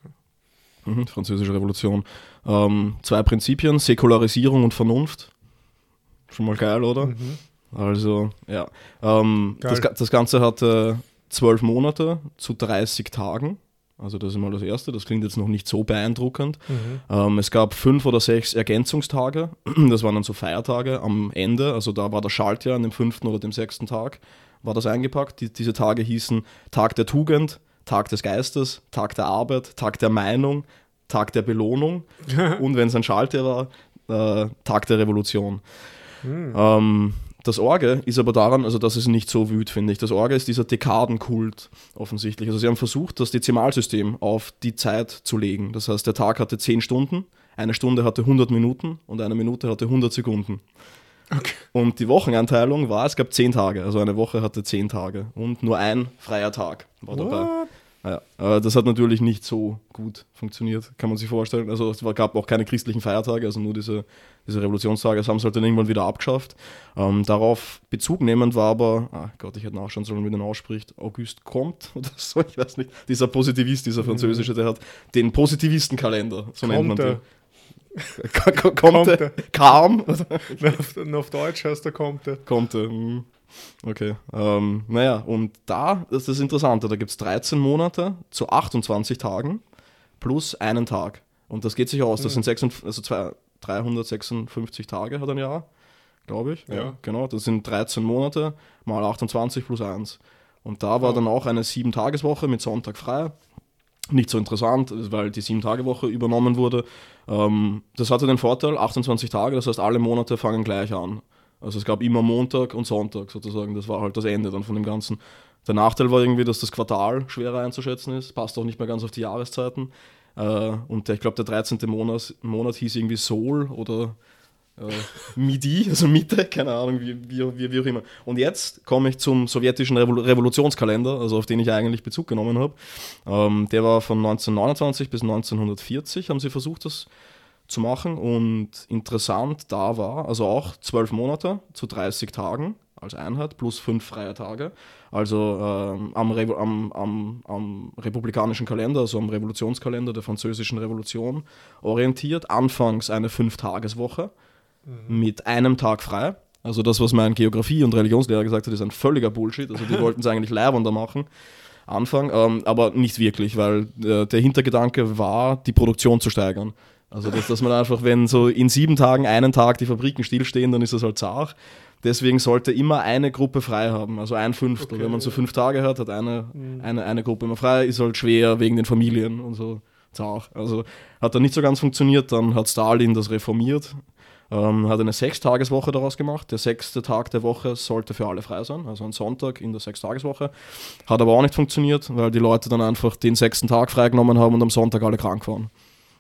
Mhm, Französische Revolution. Ähm, zwei Prinzipien, Säkularisierung und Vernunft. Schon mal geil, oder? Mhm. Also, ja. Ähm, das, das Ganze hatte zwölf Monate zu dreißig Tagen. Also das ist mal das Erste. Das klingt jetzt noch nicht so beeindruckend. Mhm. Ähm, es gab fünf oder sechs Ergänzungstage. Das waren dann so Feiertage am Ende. Also da war das Schaltjahr an dem fünften oder dem sechsten Tag war das eingepackt. Die, diese Tage hießen Tag der Tugend, Tag des Geistes, Tag der Arbeit, Tag der Meinung, Tag der Belohnung und wenn es ein Schaltjahr war, äh, Tag der Revolution. Mhm. Ähm, das Orge ist aber daran, also das ist nicht so wüt, finde ich. Das Orge ist dieser Dekadenkult offensichtlich. Also sie haben versucht, das Dezimalsystem auf die Zeit zu legen. Das heißt, der Tag hatte zehn Stunden, eine Stunde hatte hundert Minuten und eine Minute hatte hundert Sekunden. Okay. Und die Wocheneinteilung war, es gab zehn Tage, also eine Woche hatte zehn Tage und nur ein freier Tag war dabei. What? Ja, aber das hat natürlich nicht so gut funktioniert, kann man sich vorstellen. Also es gab auch keine christlichen Feiertage, also nur diese, diese Revolutionstage, das haben sie halt dann irgendwann wieder abgeschafft. Ähm, darauf Bezug nehmend war aber, ah Gott, ich hätte nachschauen sollen, wie man den ausspricht, Auguste Comte oder so, ich weiß nicht, dieser Positivist, dieser französische, der hat den Positivistenkalender, so nennt man den. Comte. Kam. auf, auf Deutsch heißt er Comte. Comte, mh. Okay, ähm, naja, und da, das ist das Interessante, da gibt es dreizehn Monate zu achtundzwanzig Tagen plus einen Tag. Und das geht sich aus, das sind sechs, also zwei, dreihundertsechsundfünfzig Tage hat ein Jahr, glaube ich. Ja. ja, genau, das sind dreizehn Monate mal achtundzwanzig plus eins. Und da war oh. dann auch eine sieben-Tages-Woche mit Sonntag frei. Nicht so interessant, weil die sieben-Tage-Woche übernommen wurde. Ähm, das hatte den Vorteil, achtundzwanzig Tage, das heißt alle Monate fangen gleich an. Also es gab immer Montag und Sonntag sozusagen, das war halt das Ende dann von dem Ganzen. Der Nachteil war irgendwie, dass das Quartal schwerer einzuschätzen ist, passt auch nicht mehr ganz auf die Jahreszeiten. Äh, und der, ich glaube, der dreizehnte Monat, Monat hieß irgendwie Sol oder äh, Midi, also Mitte, keine Ahnung, wie, wie, wie, wie auch immer. Und jetzt komme ich zum sowjetischen Revol- Revolutionskalender, also auf den ich eigentlich Bezug genommen habe. Ähm, der war von neunzehnhundertneunundzwanzig bis neunzehnhundertvierzig, haben sie versucht, das zu machen, und interessant da war, also auch zwölf Monate zu dreißig Tagen als Einheit plus fünf freie Tage, also ähm, am, Re- am, am, am republikanischen Kalender, also am Revolutionskalender der französischen Revolution orientiert, anfangs eine Fünf-Tages-Woche mhm. mit einem Tag frei, also das, was mein Geografie- und Religionslehrer gesagt hat, ist ein völliger Bullshit, also die wollten es eigentlich leibender machen, Anfang, ähm, aber nicht wirklich, weil äh, der Hintergedanke war, die Produktion zu steigern. Also, dass, dass man einfach, wenn so in sieben Tagen einen Tag die Fabriken stillstehen, dann ist das halt zart. Deswegen sollte immer eine Gruppe frei haben, also ein Fünftel. Okay, wenn man so fünf Tage hat, hat eine, mhm. eine, eine Gruppe immer frei, ist halt schwer wegen den Familien und so. Zar. Also hat dann nicht so ganz funktioniert, dann hat Stalin das reformiert, ähm, hat eine Sechstageswoche daraus gemacht. Der sechste Tag der Woche sollte für alle frei sein, also ein Sonntag in der Sechstageswoche. Hat aber auch nicht funktioniert, weil die Leute dann einfach den sechsten Tag freigenommen haben und am Sonntag alle krank waren.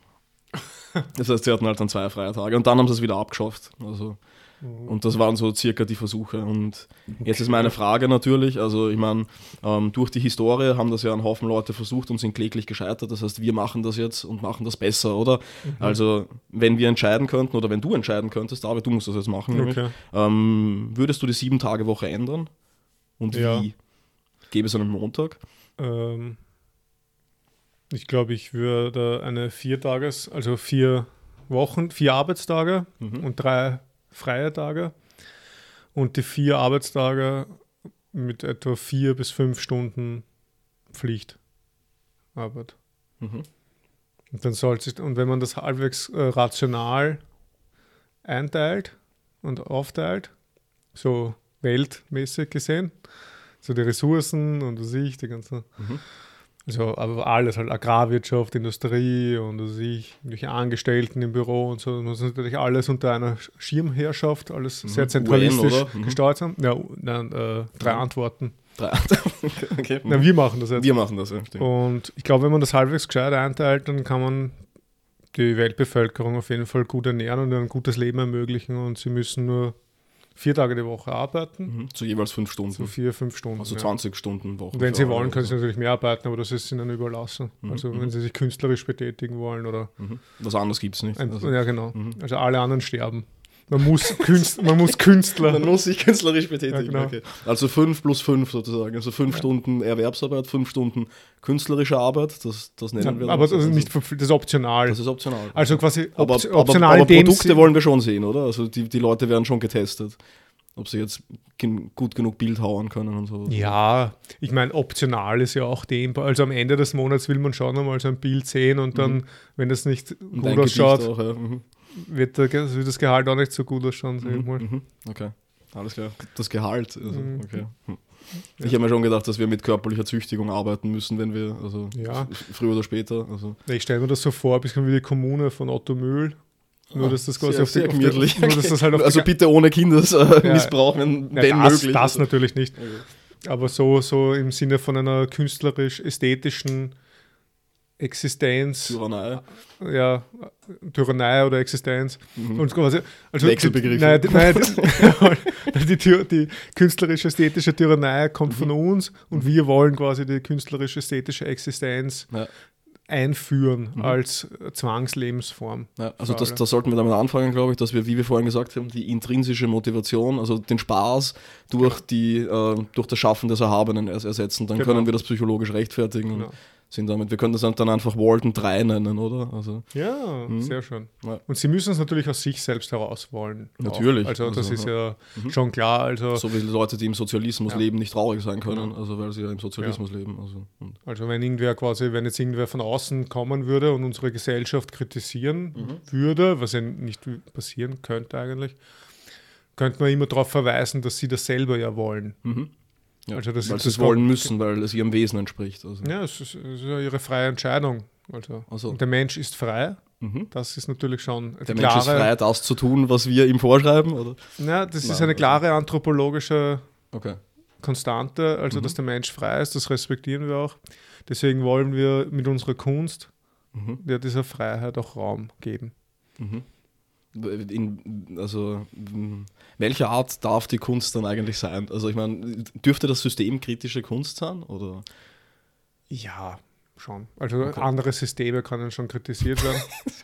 Das heißt, sie hatten halt dann zwei freie Tage und dann haben sie es wieder abgeschafft. Also, und das waren so circa die Versuche. Und jetzt ist meine Frage natürlich, also ich meine, ähm, durch die Historie haben das ja ein Haufen Leute versucht und sind kläglich gescheitert. Das heißt, wir machen das jetzt und machen das besser, oder? Mhm. Also wenn wir entscheiden könnten oder wenn du entscheiden könntest, David, du musst das jetzt machen, okay. ähm, würdest du die Sieben-Tage-Woche ändern? Und ja. wie? Gäbe es einen Montag? Ähm, ich glaube, ich würde eine Viertages-, also vier Wochen, vier Arbeitstage mhm. und drei freie Tage und die vier Arbeitstage mit etwa vier bis fünf Stunden Pflichtarbeit. Mhm. Und dann soll sich, und wenn man das halbwegs äh, rational einteilt und aufteilt, so weltmäßig gesehen, so die Ressourcen und was ich, die ganze, mhm. also aber alles, halt Agrarwirtschaft, Industrie und was ich, die Angestellten im Büro und so, das muss natürlich alles unter einer Schirmherrschaft, alles mhm. sehr zentralistisch U N, gesteuert haben. Ja, nein, äh, drei mhm. Antworten. Drei Antworten, okay. Na, wir machen das jetzt. Wir machen das, ja, stimmt. Und ich glaube, wenn man das halbwegs gescheit einteilt, dann kann man die Weltbevölkerung auf jeden Fall gut ernähren und ein gutes Leben ermöglichen und sie müssen nur vier Tage die Woche arbeiten. Mhm. Zu jeweils fünf Stunden. Zu vier, fünf Stunden. Also ja. zwanzig Stunden Woche. Und wenn sie wollen, können sie natürlich mehr arbeiten, aber das ist ihnen überlassen. Mhm. Also wenn sie sich künstlerisch betätigen wollen oder... Mhm. Was anderes gibt es nicht. Ein, also. Ja, genau. Mhm. Also alle anderen sterben. Man muss, Künst, man muss Künstler... Man muss sich künstlerisch betätigen. Ja, genau. Okay. Also fünf plus fünf sozusagen. Also fünf ja. Stunden Erwerbsarbeit, fünf Stunden künstlerische Arbeit. Das, das nennen ja, wir aber das. das ist nicht das ist optional. Das ist optional. Also quasi op- aber, optional aber, aber in dem Produkte Sinn, wollen wir schon sehen, oder? Also die, die Leute werden schon getestet. Ob sie jetzt gut genug Bild hauen können und so. Ja, ich meine, optional ist ja auch dehnbar. Also am Ende des Monats will man schon einmal so ein Bild sehen und dann, mhm. wenn das nicht und gut ausschaut, auch, ja. mhm. wird, der, wird das Gehalt auch nicht so gut ausschauen. Mhm. Mhm. Okay, alles klar. Das Gehalt, also, mhm. okay. Hm. Ich ja. habe mir schon gedacht, dass wir mit körperlicher Züchtigung arbeiten müssen, wenn wir, also ja. früher oder später. Also. Ich stelle mir das so vor, ein bisschen wie die Kommune von Otto Mühl. Nur, dass das quasi sehr, auf die, sehr gemütlich. Auf die, nur, dass das halt auf also die, bitte ohne Kindesmissbrauch, ja, wenn, ja, wenn das, möglich. Das natürlich nicht. Okay. Aber so, so im Sinne von einer künstlerisch-ästhetischen Existenz. Tyrannei. Ja, Tyrannei oder Existenz. Mhm. Und quasi, also Wechselbegriff. Nein, die, nein, die, die, die künstlerische-ästhetische Tyrannei kommt mhm. von uns und wir wollen quasi die künstlerische-ästhetische Existenz ja. einführen mhm. als Zwangslebensform. Ja, also das, das sollten wir damit anfangen, glaube ich, dass wir, wie wir vorhin gesagt haben, die intrinsische Motivation, also den Spaß durch, genau. die, äh, durch das Schaffen des Erhabenen ersetzen. Dann genau. können wir das psychologisch rechtfertigen. Genau. Und sind damit, wir können das dann einfach Walden drei nennen, oder? Also, ja, mhm. sehr schön. Ja. Und sie müssen es natürlich aus sich selbst heraus wollen. Natürlich. Auch. Also, also das ist ja mhm. schon klar. Also, so wie Leute, die im Sozialismus ja. leben, nicht traurig sein können, ja. also weil sie ja im Sozialismus ja. leben. Also, und also wenn irgendwer quasi, wenn jetzt irgendwer von außen kommen würde und unsere Gesellschaft kritisieren mhm. würde, was ja nicht passieren könnte eigentlich, könnte man immer darauf verweisen, dass sie das selber ja wollen. Mhm. Ja, also das weil ist, sie es wollen müssen, weil es ihrem Wesen entspricht. Also. Ja, es ist, es ist ja ihre freie Entscheidung. Also. Also. Und der Mensch ist frei. Mhm. Das ist natürlich schon Der Mensch klare, ist frei, das zu tun, was wir ihm vorschreiben? Oder? Ja, das Nein, ist eine klare also. anthropologische okay. Konstante, also mhm. dass der Mensch frei ist, das respektieren wir auch. Deswegen wollen wir mit unserer Kunst mhm. ja, dieser Freiheit auch Raum geben. Mhm. In, also welche Art darf die Kunst dann eigentlich sein? Also ich meine, dürfte das systemkritische Kunst sein? Oder? Ja, schon. Also okay. andere Systeme können schon kritisiert werden.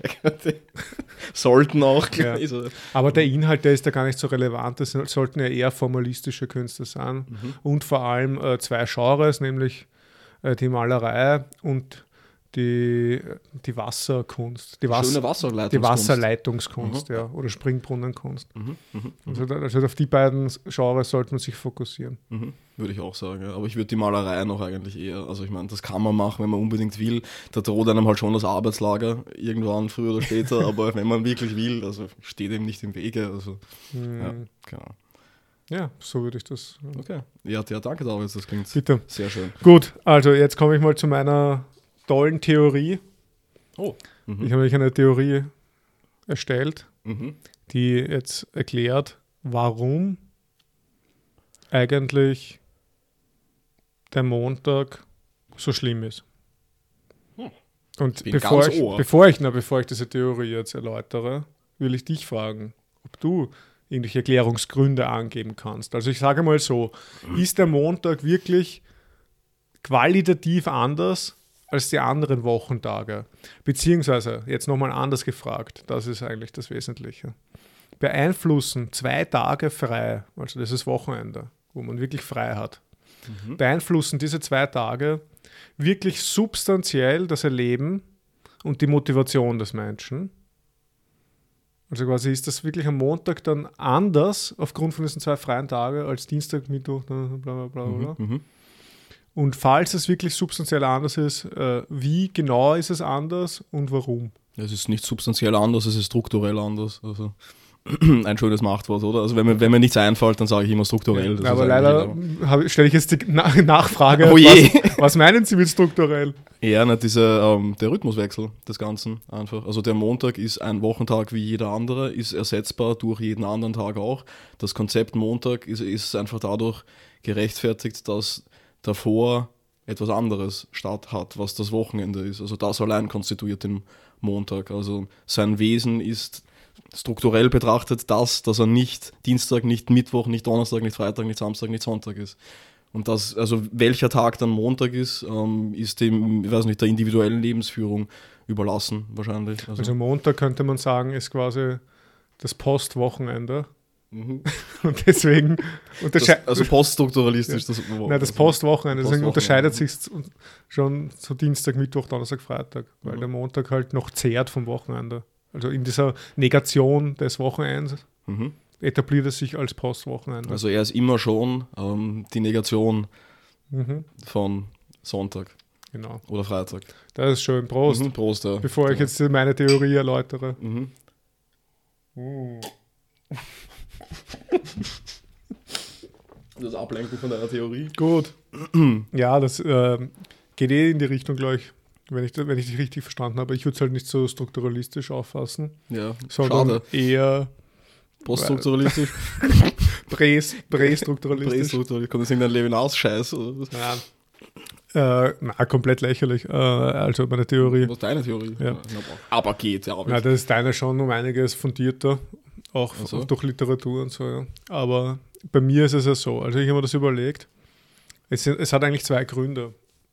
Sollten auch. Ja. Aber der Inhalt, der ist da gar nicht so relevant. Das sollten ja eher formalistische Künste sein. Mhm. Und vor allem äh, zwei Genres, nämlich äh, die Malerei und Die, die Wasserkunst, die, Wasser, Wasserleitungskunst. die Wasserleitungskunst, mhm. ja, oder Springbrunnenkunst. Mhm. Mhm. Also, also auf die beiden Genres sollte man sich fokussieren. Mhm. Würde ich auch sagen, ja. Aber ich würde die Malerei noch eigentlich eher, also ich meine, das kann man machen, wenn man unbedingt will. Da droht einem halt schon das Arbeitslager irgendwann, früher oder später, aber wenn man wirklich will, also steht ihm nicht im Wege. Also, mhm. ja, genau. Ja, so würde ich das. Ja. Okay, ja, ja danke David, das klingt Bitte. sehr schön. Gut, also jetzt komme ich mal zu meiner tollen Theorie, Oh. Mhm. Ich habe nämlich eine Theorie erstellt, Mhm. die jetzt erklärt, warum eigentlich der Montag so schlimm ist. Hm. Und bin bevor ganz ich, ohr. bevor, ich, na, bevor ich diese Theorie jetzt erläutere, will ich dich fragen, ob du irgendwelche Erklärungsgründe angeben kannst. Also ich sage mal so, ist der Montag wirklich qualitativ anders als die anderen Wochentage? Beziehungsweise, jetzt nochmal anders gefragt, das ist eigentlich das Wesentliche. Beeinflussen zwei Tage frei, also das ist Wochenende, wo man wirklich frei hat, Mhm. beeinflussen diese zwei Tage wirklich substanziell das Erleben und die Motivation des Menschen? Also quasi ist das wirklich am Montag dann anders aufgrund von diesen zwei freien Tagen als Dienstag, Mittwoch, bla bla bla bla. Mhm. Mhm. Und falls es wirklich substanziell anders ist, äh, wie genau ist es anders und warum? Es ist nicht substanziell anders, es ist strukturell anders. Also ein schönes Machtwort, oder? Also wenn mir, wenn mir nichts einfällt, dann sage ich immer strukturell. Das Ja, aber ist leider eigentlich- habe- stelle ich jetzt die Na Nachfrage, Oh je. was, was meinen Sie mit strukturell? Ja, nicht diese, ähm, der Rhythmuswechsel des Ganzen einfach. Also der Montag ist ein Wochentag wie jeder andere, ist ersetzbar durch jeden anderen Tag auch. Das Konzept Montag ist, ist einfach dadurch gerechtfertigt, dass davor etwas anderes statt hat, was das Wochenende ist. Also das allein konstituiert den Montag. Also sein Wesen ist strukturell betrachtet das, dass er nicht Dienstag, nicht Mittwoch, nicht Donnerstag, nicht Freitag, nicht Samstag, nicht Sonntag ist. Und das, also welcher Tag dann Montag ist, ähm, ist dem, ich weiß nicht, der individuellen Lebensführung überlassen wahrscheinlich. Also, Also Montag könnte man sagen, ist quasi das Postwochenende. mhm. Und deswegen das, unterscheidet also poststrukturalistisch. Das, Nein, das Postwochenende, deswegen Postwochenende. unterscheidet sich schon zu Dienstag, Mittwoch, Donnerstag, Freitag, weil Mhm. der Montag halt noch zehrt vom Wochenende. Also in dieser Negation des Wochenends Mhm. etabliert es sich als Postwochenende. Also er ist immer schon ähm, die Negation Mhm, von Sonntag genau. oder Freitag. Das ist schön. Prost. Mhm, Prost, ja. Bevor ich Ja. jetzt meine Theorie erläutere. Mhm. Das Ablenken von deiner Theorie. Gut. Ja, das ähm, geht eh in die Richtung, glaube ich, wenn ich, wenn ich dich richtig verstanden habe. Ich würde es halt nicht so strukturalistisch auffassen, Ja, sondern schade. eher Poststrukturalistisch. Präs, prästrukturalistisch. Prästrukturalistisch. Kommt das irgendein Levinas-Scheiß? Oder was? Ja. Äh, na, komplett lächerlich. Äh, also meine Theorie. Was ist deine Theorie? Ja. Aber geht, ja. Aber Ja, das ist deine schon um einiges fundierter, auch, Ach so. auch durch Literatur und so. Ja. Aber bei mir ist es ja so. Also ich habe mir das überlegt. Es, sind- es hat eigentlich zwei Gründe.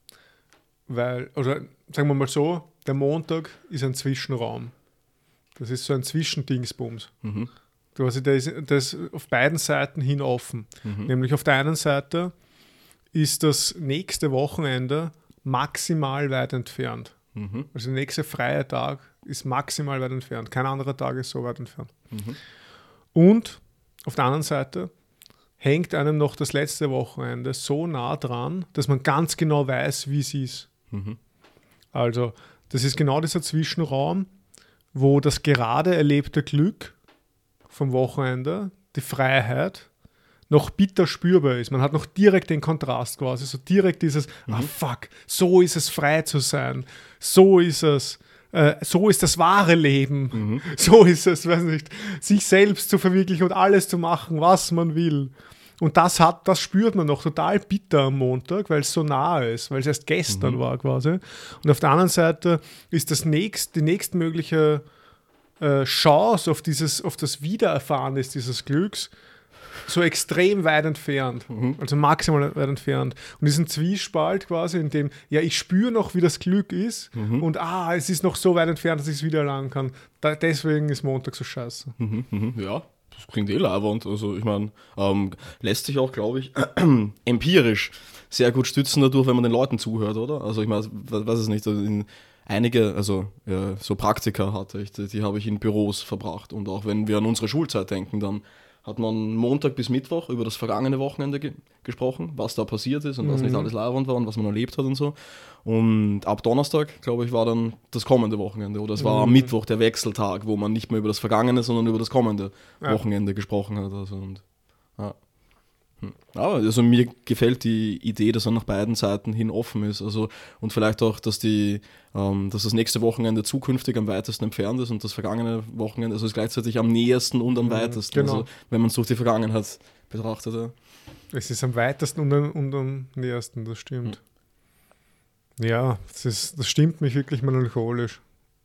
Weil, oder sagen wir mal so, der Montag ist ein Zwischenraum. Das ist so ein Zwischendingsbums. Mhm. Quasi der ist, der ist auf beiden Seiten hin offen. Mhm. Nämlich auf der einen Seite ist das nächste Wochenende maximal weit entfernt. Mhm. Also der nächste freie Tag ist maximal weit entfernt. Kein anderer Tag ist so weit entfernt. Mhm. Und auf der anderen Seite hängt einem noch das letzte Wochenende so nah dran, dass man ganz genau weiß, wie es ist. Mhm. Also das ist genau dieser Zwischenraum, wo das gerade erlebte Glück vom Wochenende, die Freiheit, noch bitter spürbar ist. Man hat noch direkt den Kontrast quasi, so direkt dieses, ah fuck, so ist es frei zu sein, so ist es, äh, so ist das wahre Leben, Mhm. so ist es, weiß nicht, sich selbst zu verwirklichen und alles zu machen, was man will. Und das hat, das spürt man noch total bitter am Montag, weil es so nahe ist, weil es erst gestern Mhm. war quasi. Und auf der anderen Seite ist das nächst, die nächstmögliche äh, Chance auf, dieses, auf das Wiedererfahren ist dieses Glücks so extrem weit entfernt, Mhm. also maximal weit entfernt. Und diesen Zwiespalt quasi, in dem, ja, ich spüre noch, wie das Glück ist Mhm. und ah, es ist noch so weit entfernt, dass ich es wieder erlangen kann. Da, deswegen ist Montag so scheiße. Mhm. Mhm. Ja, das klingt eh leiwand. Also ich meine, ähm, lässt sich auch, glaube ich, empirisch sehr gut stützen dadurch, wenn man den Leuten zuhört, oder? Also ich meine, weiß es nicht, also in einige, also ja, so Praktika hatte ich, die, die habe ich in Büros verbracht. Und auch wenn wir an unsere Schulzeit denken, dann hat man Montag bis Mittwoch über das vergangene Wochenende ge- gesprochen, was da passiert ist und was Mhm. nicht alles leiwand war und was man erlebt hat und so. Und ab Donnerstag, glaube ich, war dann das kommende Wochenende. Oder es war am Mhm. Mittwoch der Wechseltag, wo man nicht mehr über das vergangene, sondern über das kommende Ja. Wochenende gesprochen hat. Also und, ja. Aber also mir gefällt die Idee, dass er nach beiden Seiten hin offen ist. Also, und vielleicht auch, dass die, ähm, dass das nächste Wochenende zukünftig am weitesten entfernt ist und das vergangene Wochenende also ist gleichzeitig am nähersten und am weitesten. Genau. Also, wenn man es durch die Vergangenheit betrachtet. Ja. Es ist am weitesten und am, und am nähersten, das stimmt. Mhm. Ja, das, ist, das stimmt mich wirklich melancholisch.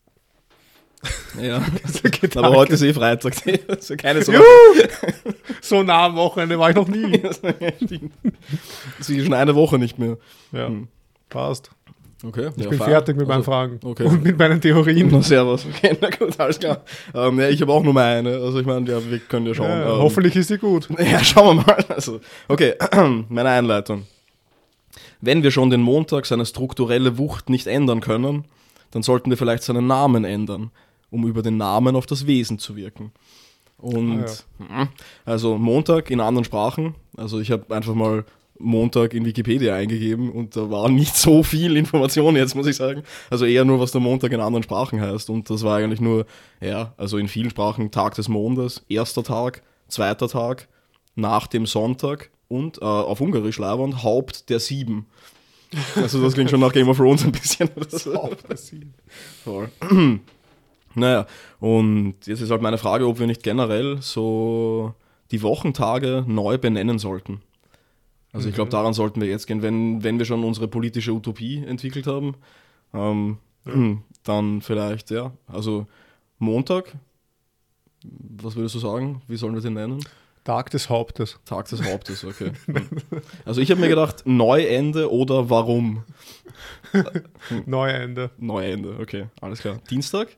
Ja, aber heute ist eh Freitag, also keine Sorge. So nah am Wochenende war ich noch nie. Das ist schon eine Woche nicht mehr. Ja, hm. Passt. Okay. Ich ja, bin fein. fertig mit meinen also, Fragen okay. und mit meinen Theorien. Na, servus. Okay, na gut, alles klar. Ähm, ja, ich habe auch nur meine. Also ich meine, ja, wir können ja schauen. Ja, ähm, hoffentlich ist sie gut. Ja, schauen wir mal. Also, okay, meine Einleitung. Wenn wir schon den Montag seine strukturelle Wucht nicht ändern können, dann sollten wir vielleicht seinen Namen ändern, um über den Namen auf das Wesen zu wirken. Und ah, ja. also Montag in anderen Sprachen, also ich habe einfach mal Montag in Wikipedia eingegeben und da war nicht so viel Information jetzt, muss ich sagen. Also eher nur, was der Montag in anderen Sprachen heißt und das war eigentlich nur, ja, also in vielen Sprachen Tag des Mondes, erster Tag, zweiter Tag, nach dem Sonntag und äh, auf Ungarisch Leibwand Haupt der Sieben. Also das klingt schon nach Game of Thrones ein bisschen. Das Haupt der Sieben. Voll. Naja, und jetzt ist halt meine Frage, ob wir nicht generell so die Wochentage neu benennen sollten. Also mhm. ich glaube, daran sollten wir jetzt gehen, wenn, wenn wir schon unsere politische Utopie entwickelt haben, ähm, ja. dann vielleicht, ja, also Montag, was würdest du sagen, wie sollen wir den nennen? Tag des Hauptes. Tag des Hauptes, okay. Also ich habe mir gedacht, Neuende oder warum? Neuende. Neuende, okay, alles klar. Dienstag?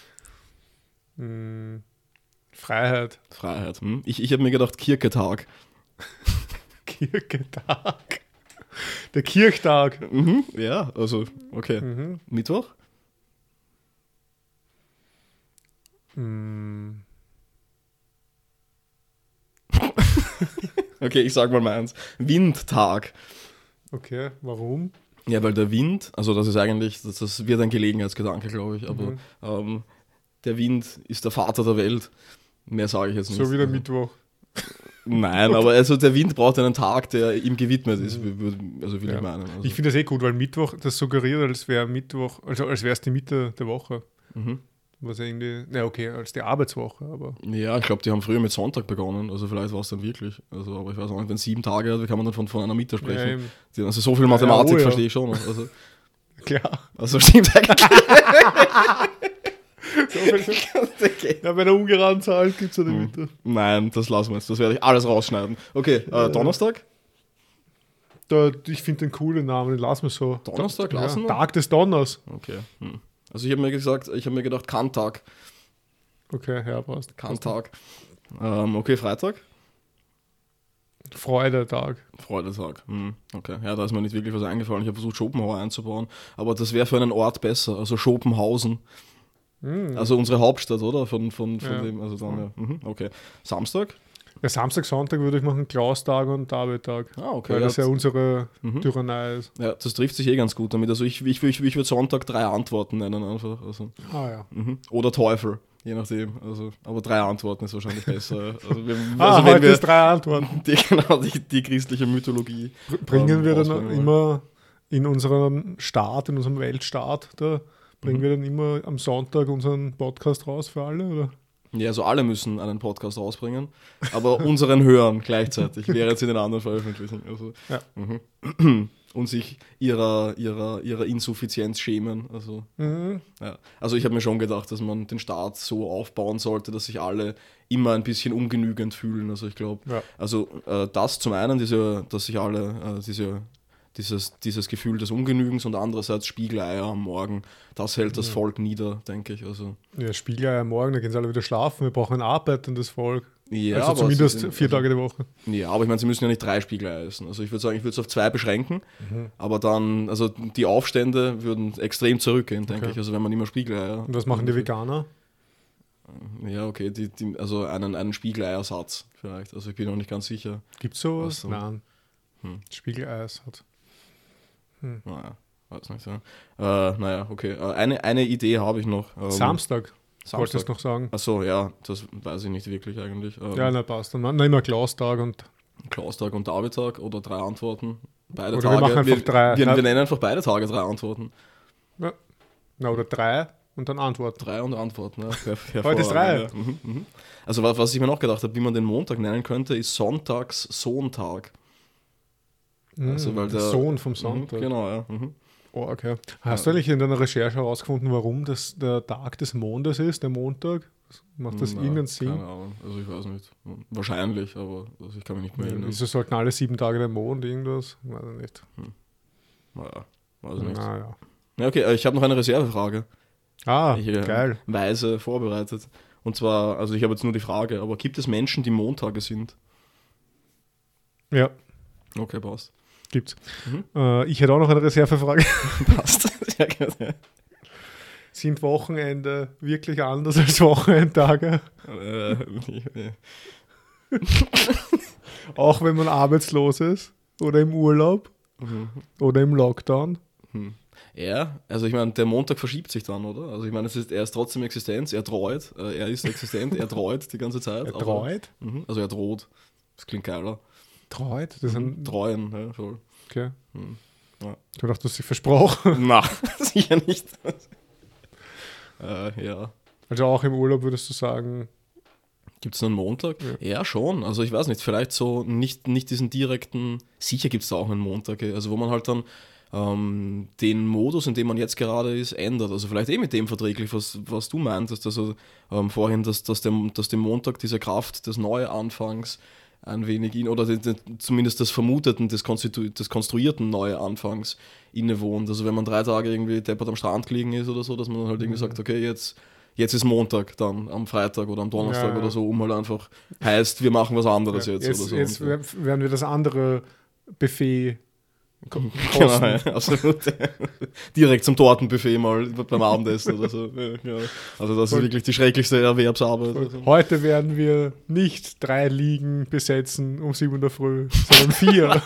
Hm, Freiheit. Freiheit. Hm. Ich, ich habe mir gedacht, Kirchetag. Kirchetag. Der Kirchtag. Mhm, ja, also, okay. Mhm. Mittwoch? Hm. Okay, ich sag mal meins. Windtag. Okay, warum? Ja, weil der Wind, also das ist eigentlich, das, das wird ein Gelegenheitsgedanke, glaube ich, aber mhm. ähm, der Wind ist der Vater der Welt. Mehr sage ich jetzt nicht. So wie der Mittwoch. Nein, aber also der Wind braucht einen Tag, der ihm gewidmet ist, mhm. also will ja. ich meinen. Also. Ich finde das eh gut, weil Mittwoch, das suggeriert, als wäre Mittwoch, also als wäre es die Mitte der Woche. Mhm. Was irgendwie, na okay, als die Arbeitswoche, aber. Ja, ich glaube, die haben früher mit Sonntag begonnen, also vielleicht war es dann wirklich. Also, aber ich weiß auch nicht, wenn es sieben Tage hat, wie kann man dann von, von einer Mitte sprechen? Ja, also so viel Mathematik ja, oh, ja. verstehe ich schon. Also, klar. Also stimmt eigentlich. so viel, ja, bei einer ungeraden Zahl gibt es eine Mitte. Nein, das lassen wir jetzt, das werde ich alles rausschneiden. Okay, äh, Donnerstag? Da, ich finde den coolen Namen, den lassen wir so. Donnerstag lassen wir? Tag des Donners. Okay, hm. Also ich habe mir gesagt, ich habe mir gedacht, Kanntag. Okay, ja, passt. Kanntag. Ähm, okay, Freitag? Freudetag. Freudetag, hm. Okay. Ja, da ist mir nicht wirklich was eingefallen. Ich habe versucht, Schopenhauer einzubauen, aber das wäre für einen Ort besser, also Schopenhausen. Hm. Also unsere Hauptstadt, oder? Von, von, von ja. dem, also dann, ja. Mhm. Okay. Samstag? Ja, Samstag, Sonntag würde ich machen Klaustag und Davidtag. Ah, okay. Weil ja, das ja unsere mhm. Tyrannei ist. Ja, das trifft sich eh ganz gut damit. Also ich, ich, ich, ich würde Sonntag drei Antworten nennen einfach. Also. Ah ja. Mhm. Oder Teufel, je nachdem. Also, aber drei Antworten ist wahrscheinlich besser. Also wir, ah, also heute wir, ist drei Antworten. Die, genau, die, die christliche Mythologie. Bringen ähm, wir dann immer in unserem Staat, in unserem Weltstaat, da bringen mhm. wir dann immer am Sonntag unseren Podcast raus für alle, oder? Ja, also alle müssen einen Podcast rausbringen, aber unseren hören gleichzeitig, während sie den anderen veröffentlichen. Also, ja. mhm. Und sich ihrer, ihrer, ihrer Insuffizienz schämen. Also, mhm. ja. Also ich habe mir schon gedacht, dass man den Staat so aufbauen sollte, dass sich alle immer ein bisschen ungenügend fühlen. Also ich glaube, ja. also äh, das zum einen, diese, dass sich alle äh, diese Dieses, dieses Gefühl des Ungenügens und andererseits Spiegeleier am Morgen, das hält das ja. Volk nieder, denke ich. Also. Ja, Spiegeleier am Morgen, da gehen sie alle wieder schlafen, wir brauchen ein arbeitendes Volk. Ja, also zumindest sind, vier also, Tage die Woche. Ja, aber ich meine, sie müssen ja nicht drei Spiegeleier essen. Also ich würde sagen, ich würde es auf zwei beschränken, mhm. aber dann, also die Aufstände würden extrem zurückgehen, denke okay. ich, also wenn man immer Spiegeleier... Und was machen die Veganer? Ja, okay, die, die, also einen, einen Spiegeleiersatz vielleicht, also ich bin noch nicht ganz sicher. Gibt es sowas? So. Nein. Hm. Spiegeleiersatz. Hm. Naja, weiß nicht so. Äh, naja, okay. Äh, eine, eine Idee habe ich noch. Ähm, Samstag, Samstag. wolltest du noch sagen? Achso, ja, das weiß ich nicht wirklich eigentlich. Ähm, ja, na passt. Dann nehmen wir Klaustag und Klaustag und Davidtag oder drei Antworten. Beide Oder Tage. wir machen einfach wir, drei. Wir, Na- wir nennen einfach beide Tage drei Antworten. Ja. Na, oder drei und dann Antworten. Drei und Antworten. Ja. Her- Heute ist drei. hervorragend, ja. Mhm, mhm. Also wa- was ich mir noch gedacht habe, wie man den Montag nennen könnte, ist Sonntags-Sohntag. Also, weil der Sohn vom Mhm, Sonntag. genau, ja. Mhm. Oh, okay. Hast du eigentlich in deiner Recherche herausgefunden, warum das der Tag des Mondes ist, der Montag? Macht das Na, irgendeinen Sinn? Keine Ahnung, also ich weiß nicht. Wahrscheinlich, aber also ich kann mich nicht mehr erinnern. Wieso sollten alle sieben Tage der Mond irgendwas? Weiß ich nicht. Naja, weiß nicht. Naja. Ja, okay, ich habe noch eine Reservefrage. Ah, Ich, äh, geil. Weise vorbereitet. Und zwar, also ich habe jetzt nur die Frage, aber gibt es Menschen, die Montage sind? Ja, Okay, passt. gibt's. Mhm. Äh, ich hätte auch noch eine Reservefrage. Passt. Sehr gerne. Sind Wochenende wirklich anders als Wochenendtage? Äh, äh, Auch wenn man arbeitslos ist? Oder im Urlaub? mhm. Oder im Lockdown? Hm. Ja, also ich meine, der Montag verschiebt sich dann, oder? Also ich meine, es ist, er ist trotzdem Existenz, er treut, äh, er ist existent, er treut die ganze Zeit. Er aber- treut? Mhm, also er droht. Das klingt geiler. Treut? Das ist ein, Treuen, ja, voll. okay. Hm. Ja. Du dachtest, du hast dich versprochen. Na, sicher nicht. äh, ja. Also auch im Urlaub würdest du sagen, Gibt es einen Montag? Ja. schon. Also ich weiß nicht, vielleicht so nicht, nicht diesen direkten, sicher gibt es da auch einen Montag, eh. Also wo man halt dann ähm, den Modus, in dem man jetzt gerade ist, ändert. Also vielleicht eh mit dem verträglich, was, was du meintest. Also ähm, vorhin, dass, dass, dem, dass dem Montag diese Kraft des Neuanfangs ein wenig in, oder den, den, zumindest des vermuteten, des, konstitu- des konstruierten Neuanfangs innewohnt. Also wenn man drei Tage irgendwie deppert am Strand gelegen ist oder so, dass man dann halt irgendwie sagt, okay, jetzt, jetzt ist Montag dann am Freitag oder am Donnerstag Ja, ja. oder so, um halt einfach heißt, wir machen was anderes ja, jetzt, jetzt, oder so. jetzt Und, wer- werden wir das andere Buffet ko- genau, kosten. ja, absolut. Direkt zum Tortenbuffet mal beim Abendessen oder so. Ja, ja. Also das Voll. ist wirklich die schrecklichste Erwerbsarbeit. Also. Heute werden wir nicht drei Ligen besetzen um sieben Uhr in der Früh, sondern vier.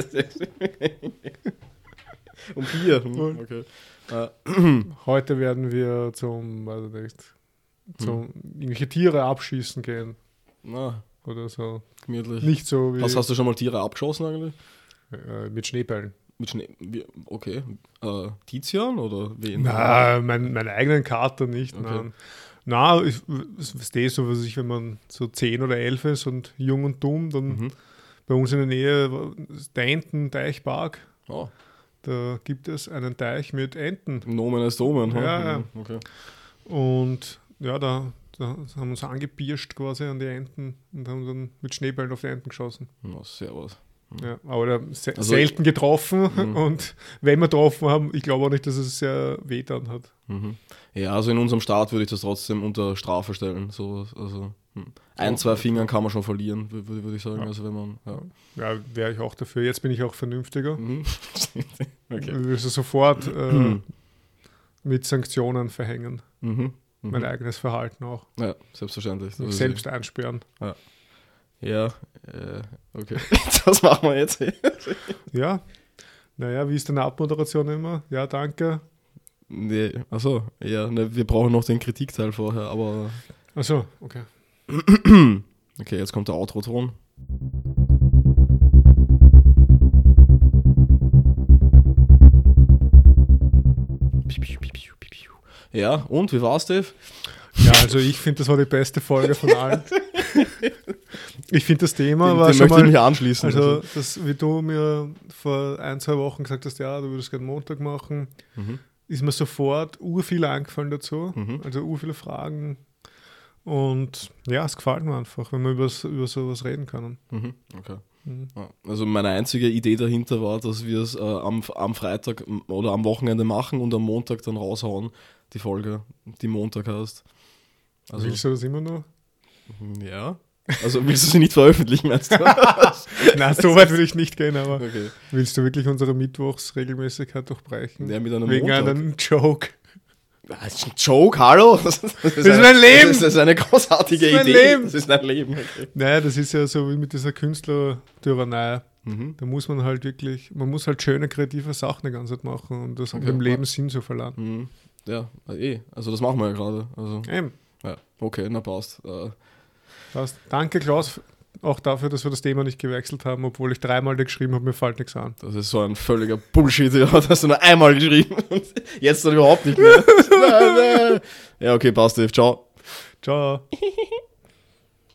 Um vier. Hm, okay. Äh, Heute werden wir zum, weiß ich nicht, zum irgendwelche Tiere abschießen gehen na, oder so. gemütlich. Nicht so wie Hast, hast du schon mal Tiere abgeschossen eigentlich? äh, mit Schneebällen. Mit Schnee? Wie, okay. Äh, Tizian oder wen? Na, mein, meinen eigenen Kater nicht. Okay. Nein. Na, ich, es ist so, was ich, wenn man so zehn oder elf ist und jung und dumm, dann Mhm. bei uns in der Nähe war der Ententeichpark. Oh, Da gibt es einen Teich mit Enten. Nomen ist Domen. ha? Ja, ja. Mhm, okay. Und ja, da, da haben wir uns angepirscht quasi an die Enten und haben dann mit Schneebällen auf die Enten geschossen. Na, servus. Ja, aber da se Also- selten getroffen Mhm. und wenn wir getroffen haben, ich glaube auch nicht, dass es sehr wehtan hat. Mhm. Ja, also in unserem Staat würde ich das trotzdem unter Strafe stellen. So, also hm. ein, zwei Fingern kann man schon verlieren, würde würd ich sagen. Ja. Also wenn man. Ja. Ja, wäre ich auch dafür. Jetzt bin ich auch vernünftiger. Mhm. okay. Ich will sie sofort äh, mit Sanktionen verhängen. Mhm. Mhm. Mein eigenes Verhalten auch. Ja, selbstverständlich. Mich Also, selbst einsperren. Ja, äh, okay. Das machen wir jetzt. Ja. Naja, wie ist deine Abmoderation immer? Ja, danke. Nee, achso, ja, ne, wir brauchen noch den Kritikteil vorher, aber. Achso, okay. Okay, jetzt kommt der Outro-Ton. Ja, und wie war's, Dave? Ja, also ich finde, das war die beste Folge von allen. Ich finde, das Thema Den, war den schon möchte ich mich mal... anschließen. Also, das, wie du mir vor ein, zwei Wochen gesagt hast, ja, du würdest gerne Montag machen, Mhm. ist mir sofort urviel eingefallen dazu. Mhm. Also urviele Fragen. Und ja, es gefällt mir einfach, wenn wir über, über sowas reden können. Mhm. Okay. Mhm. Ja, also meine einzige Idee dahinter war, dass wir es äh, am, am Freitag m- oder am Wochenende machen und am Montag dann raushauen, die Folge, die Montag heißt. Also, Willst du das immer noch? ja. Also willst du sie nicht veröffentlichen, meinst du? Nein, so weit würde ich nicht gehen, aber Okay. willst du wirklich unsere Mittwochsregelmäßigkeit durchbrechen? Ja, mit einem Wegen Montag. einem Joke. Das ist ein Joke, hallo? Das ist, das ist mein Leben! Das ist eine großartige Das ist mein Idee. Leben! Das ist dein Leben. Okay. Naja, das ist ja so wie mit dieser Künstlertyrannei. Mhm. Da muss man halt wirklich, man muss halt schöne, kreative Sachen die ganze Zeit machen und das hat Okay. dem Leben Sinn zu verlangen. Mhm. Ja, eh. Also das machen wir ja gerade. Also, Eben. ja. Okay, na passt. Äh, Passt. Danke, Klaus, auch dafür, dass wir das Thema nicht gewechselt haben, obwohl ich dreimal da geschrieben habe, mir fällt nichts an. Das ist so ein völliger Bullshit, ja, das hast du nur einmal geschrieben und jetzt dann überhaupt nicht mehr. Ja, okay, passt, Dave, ciao. Ciao.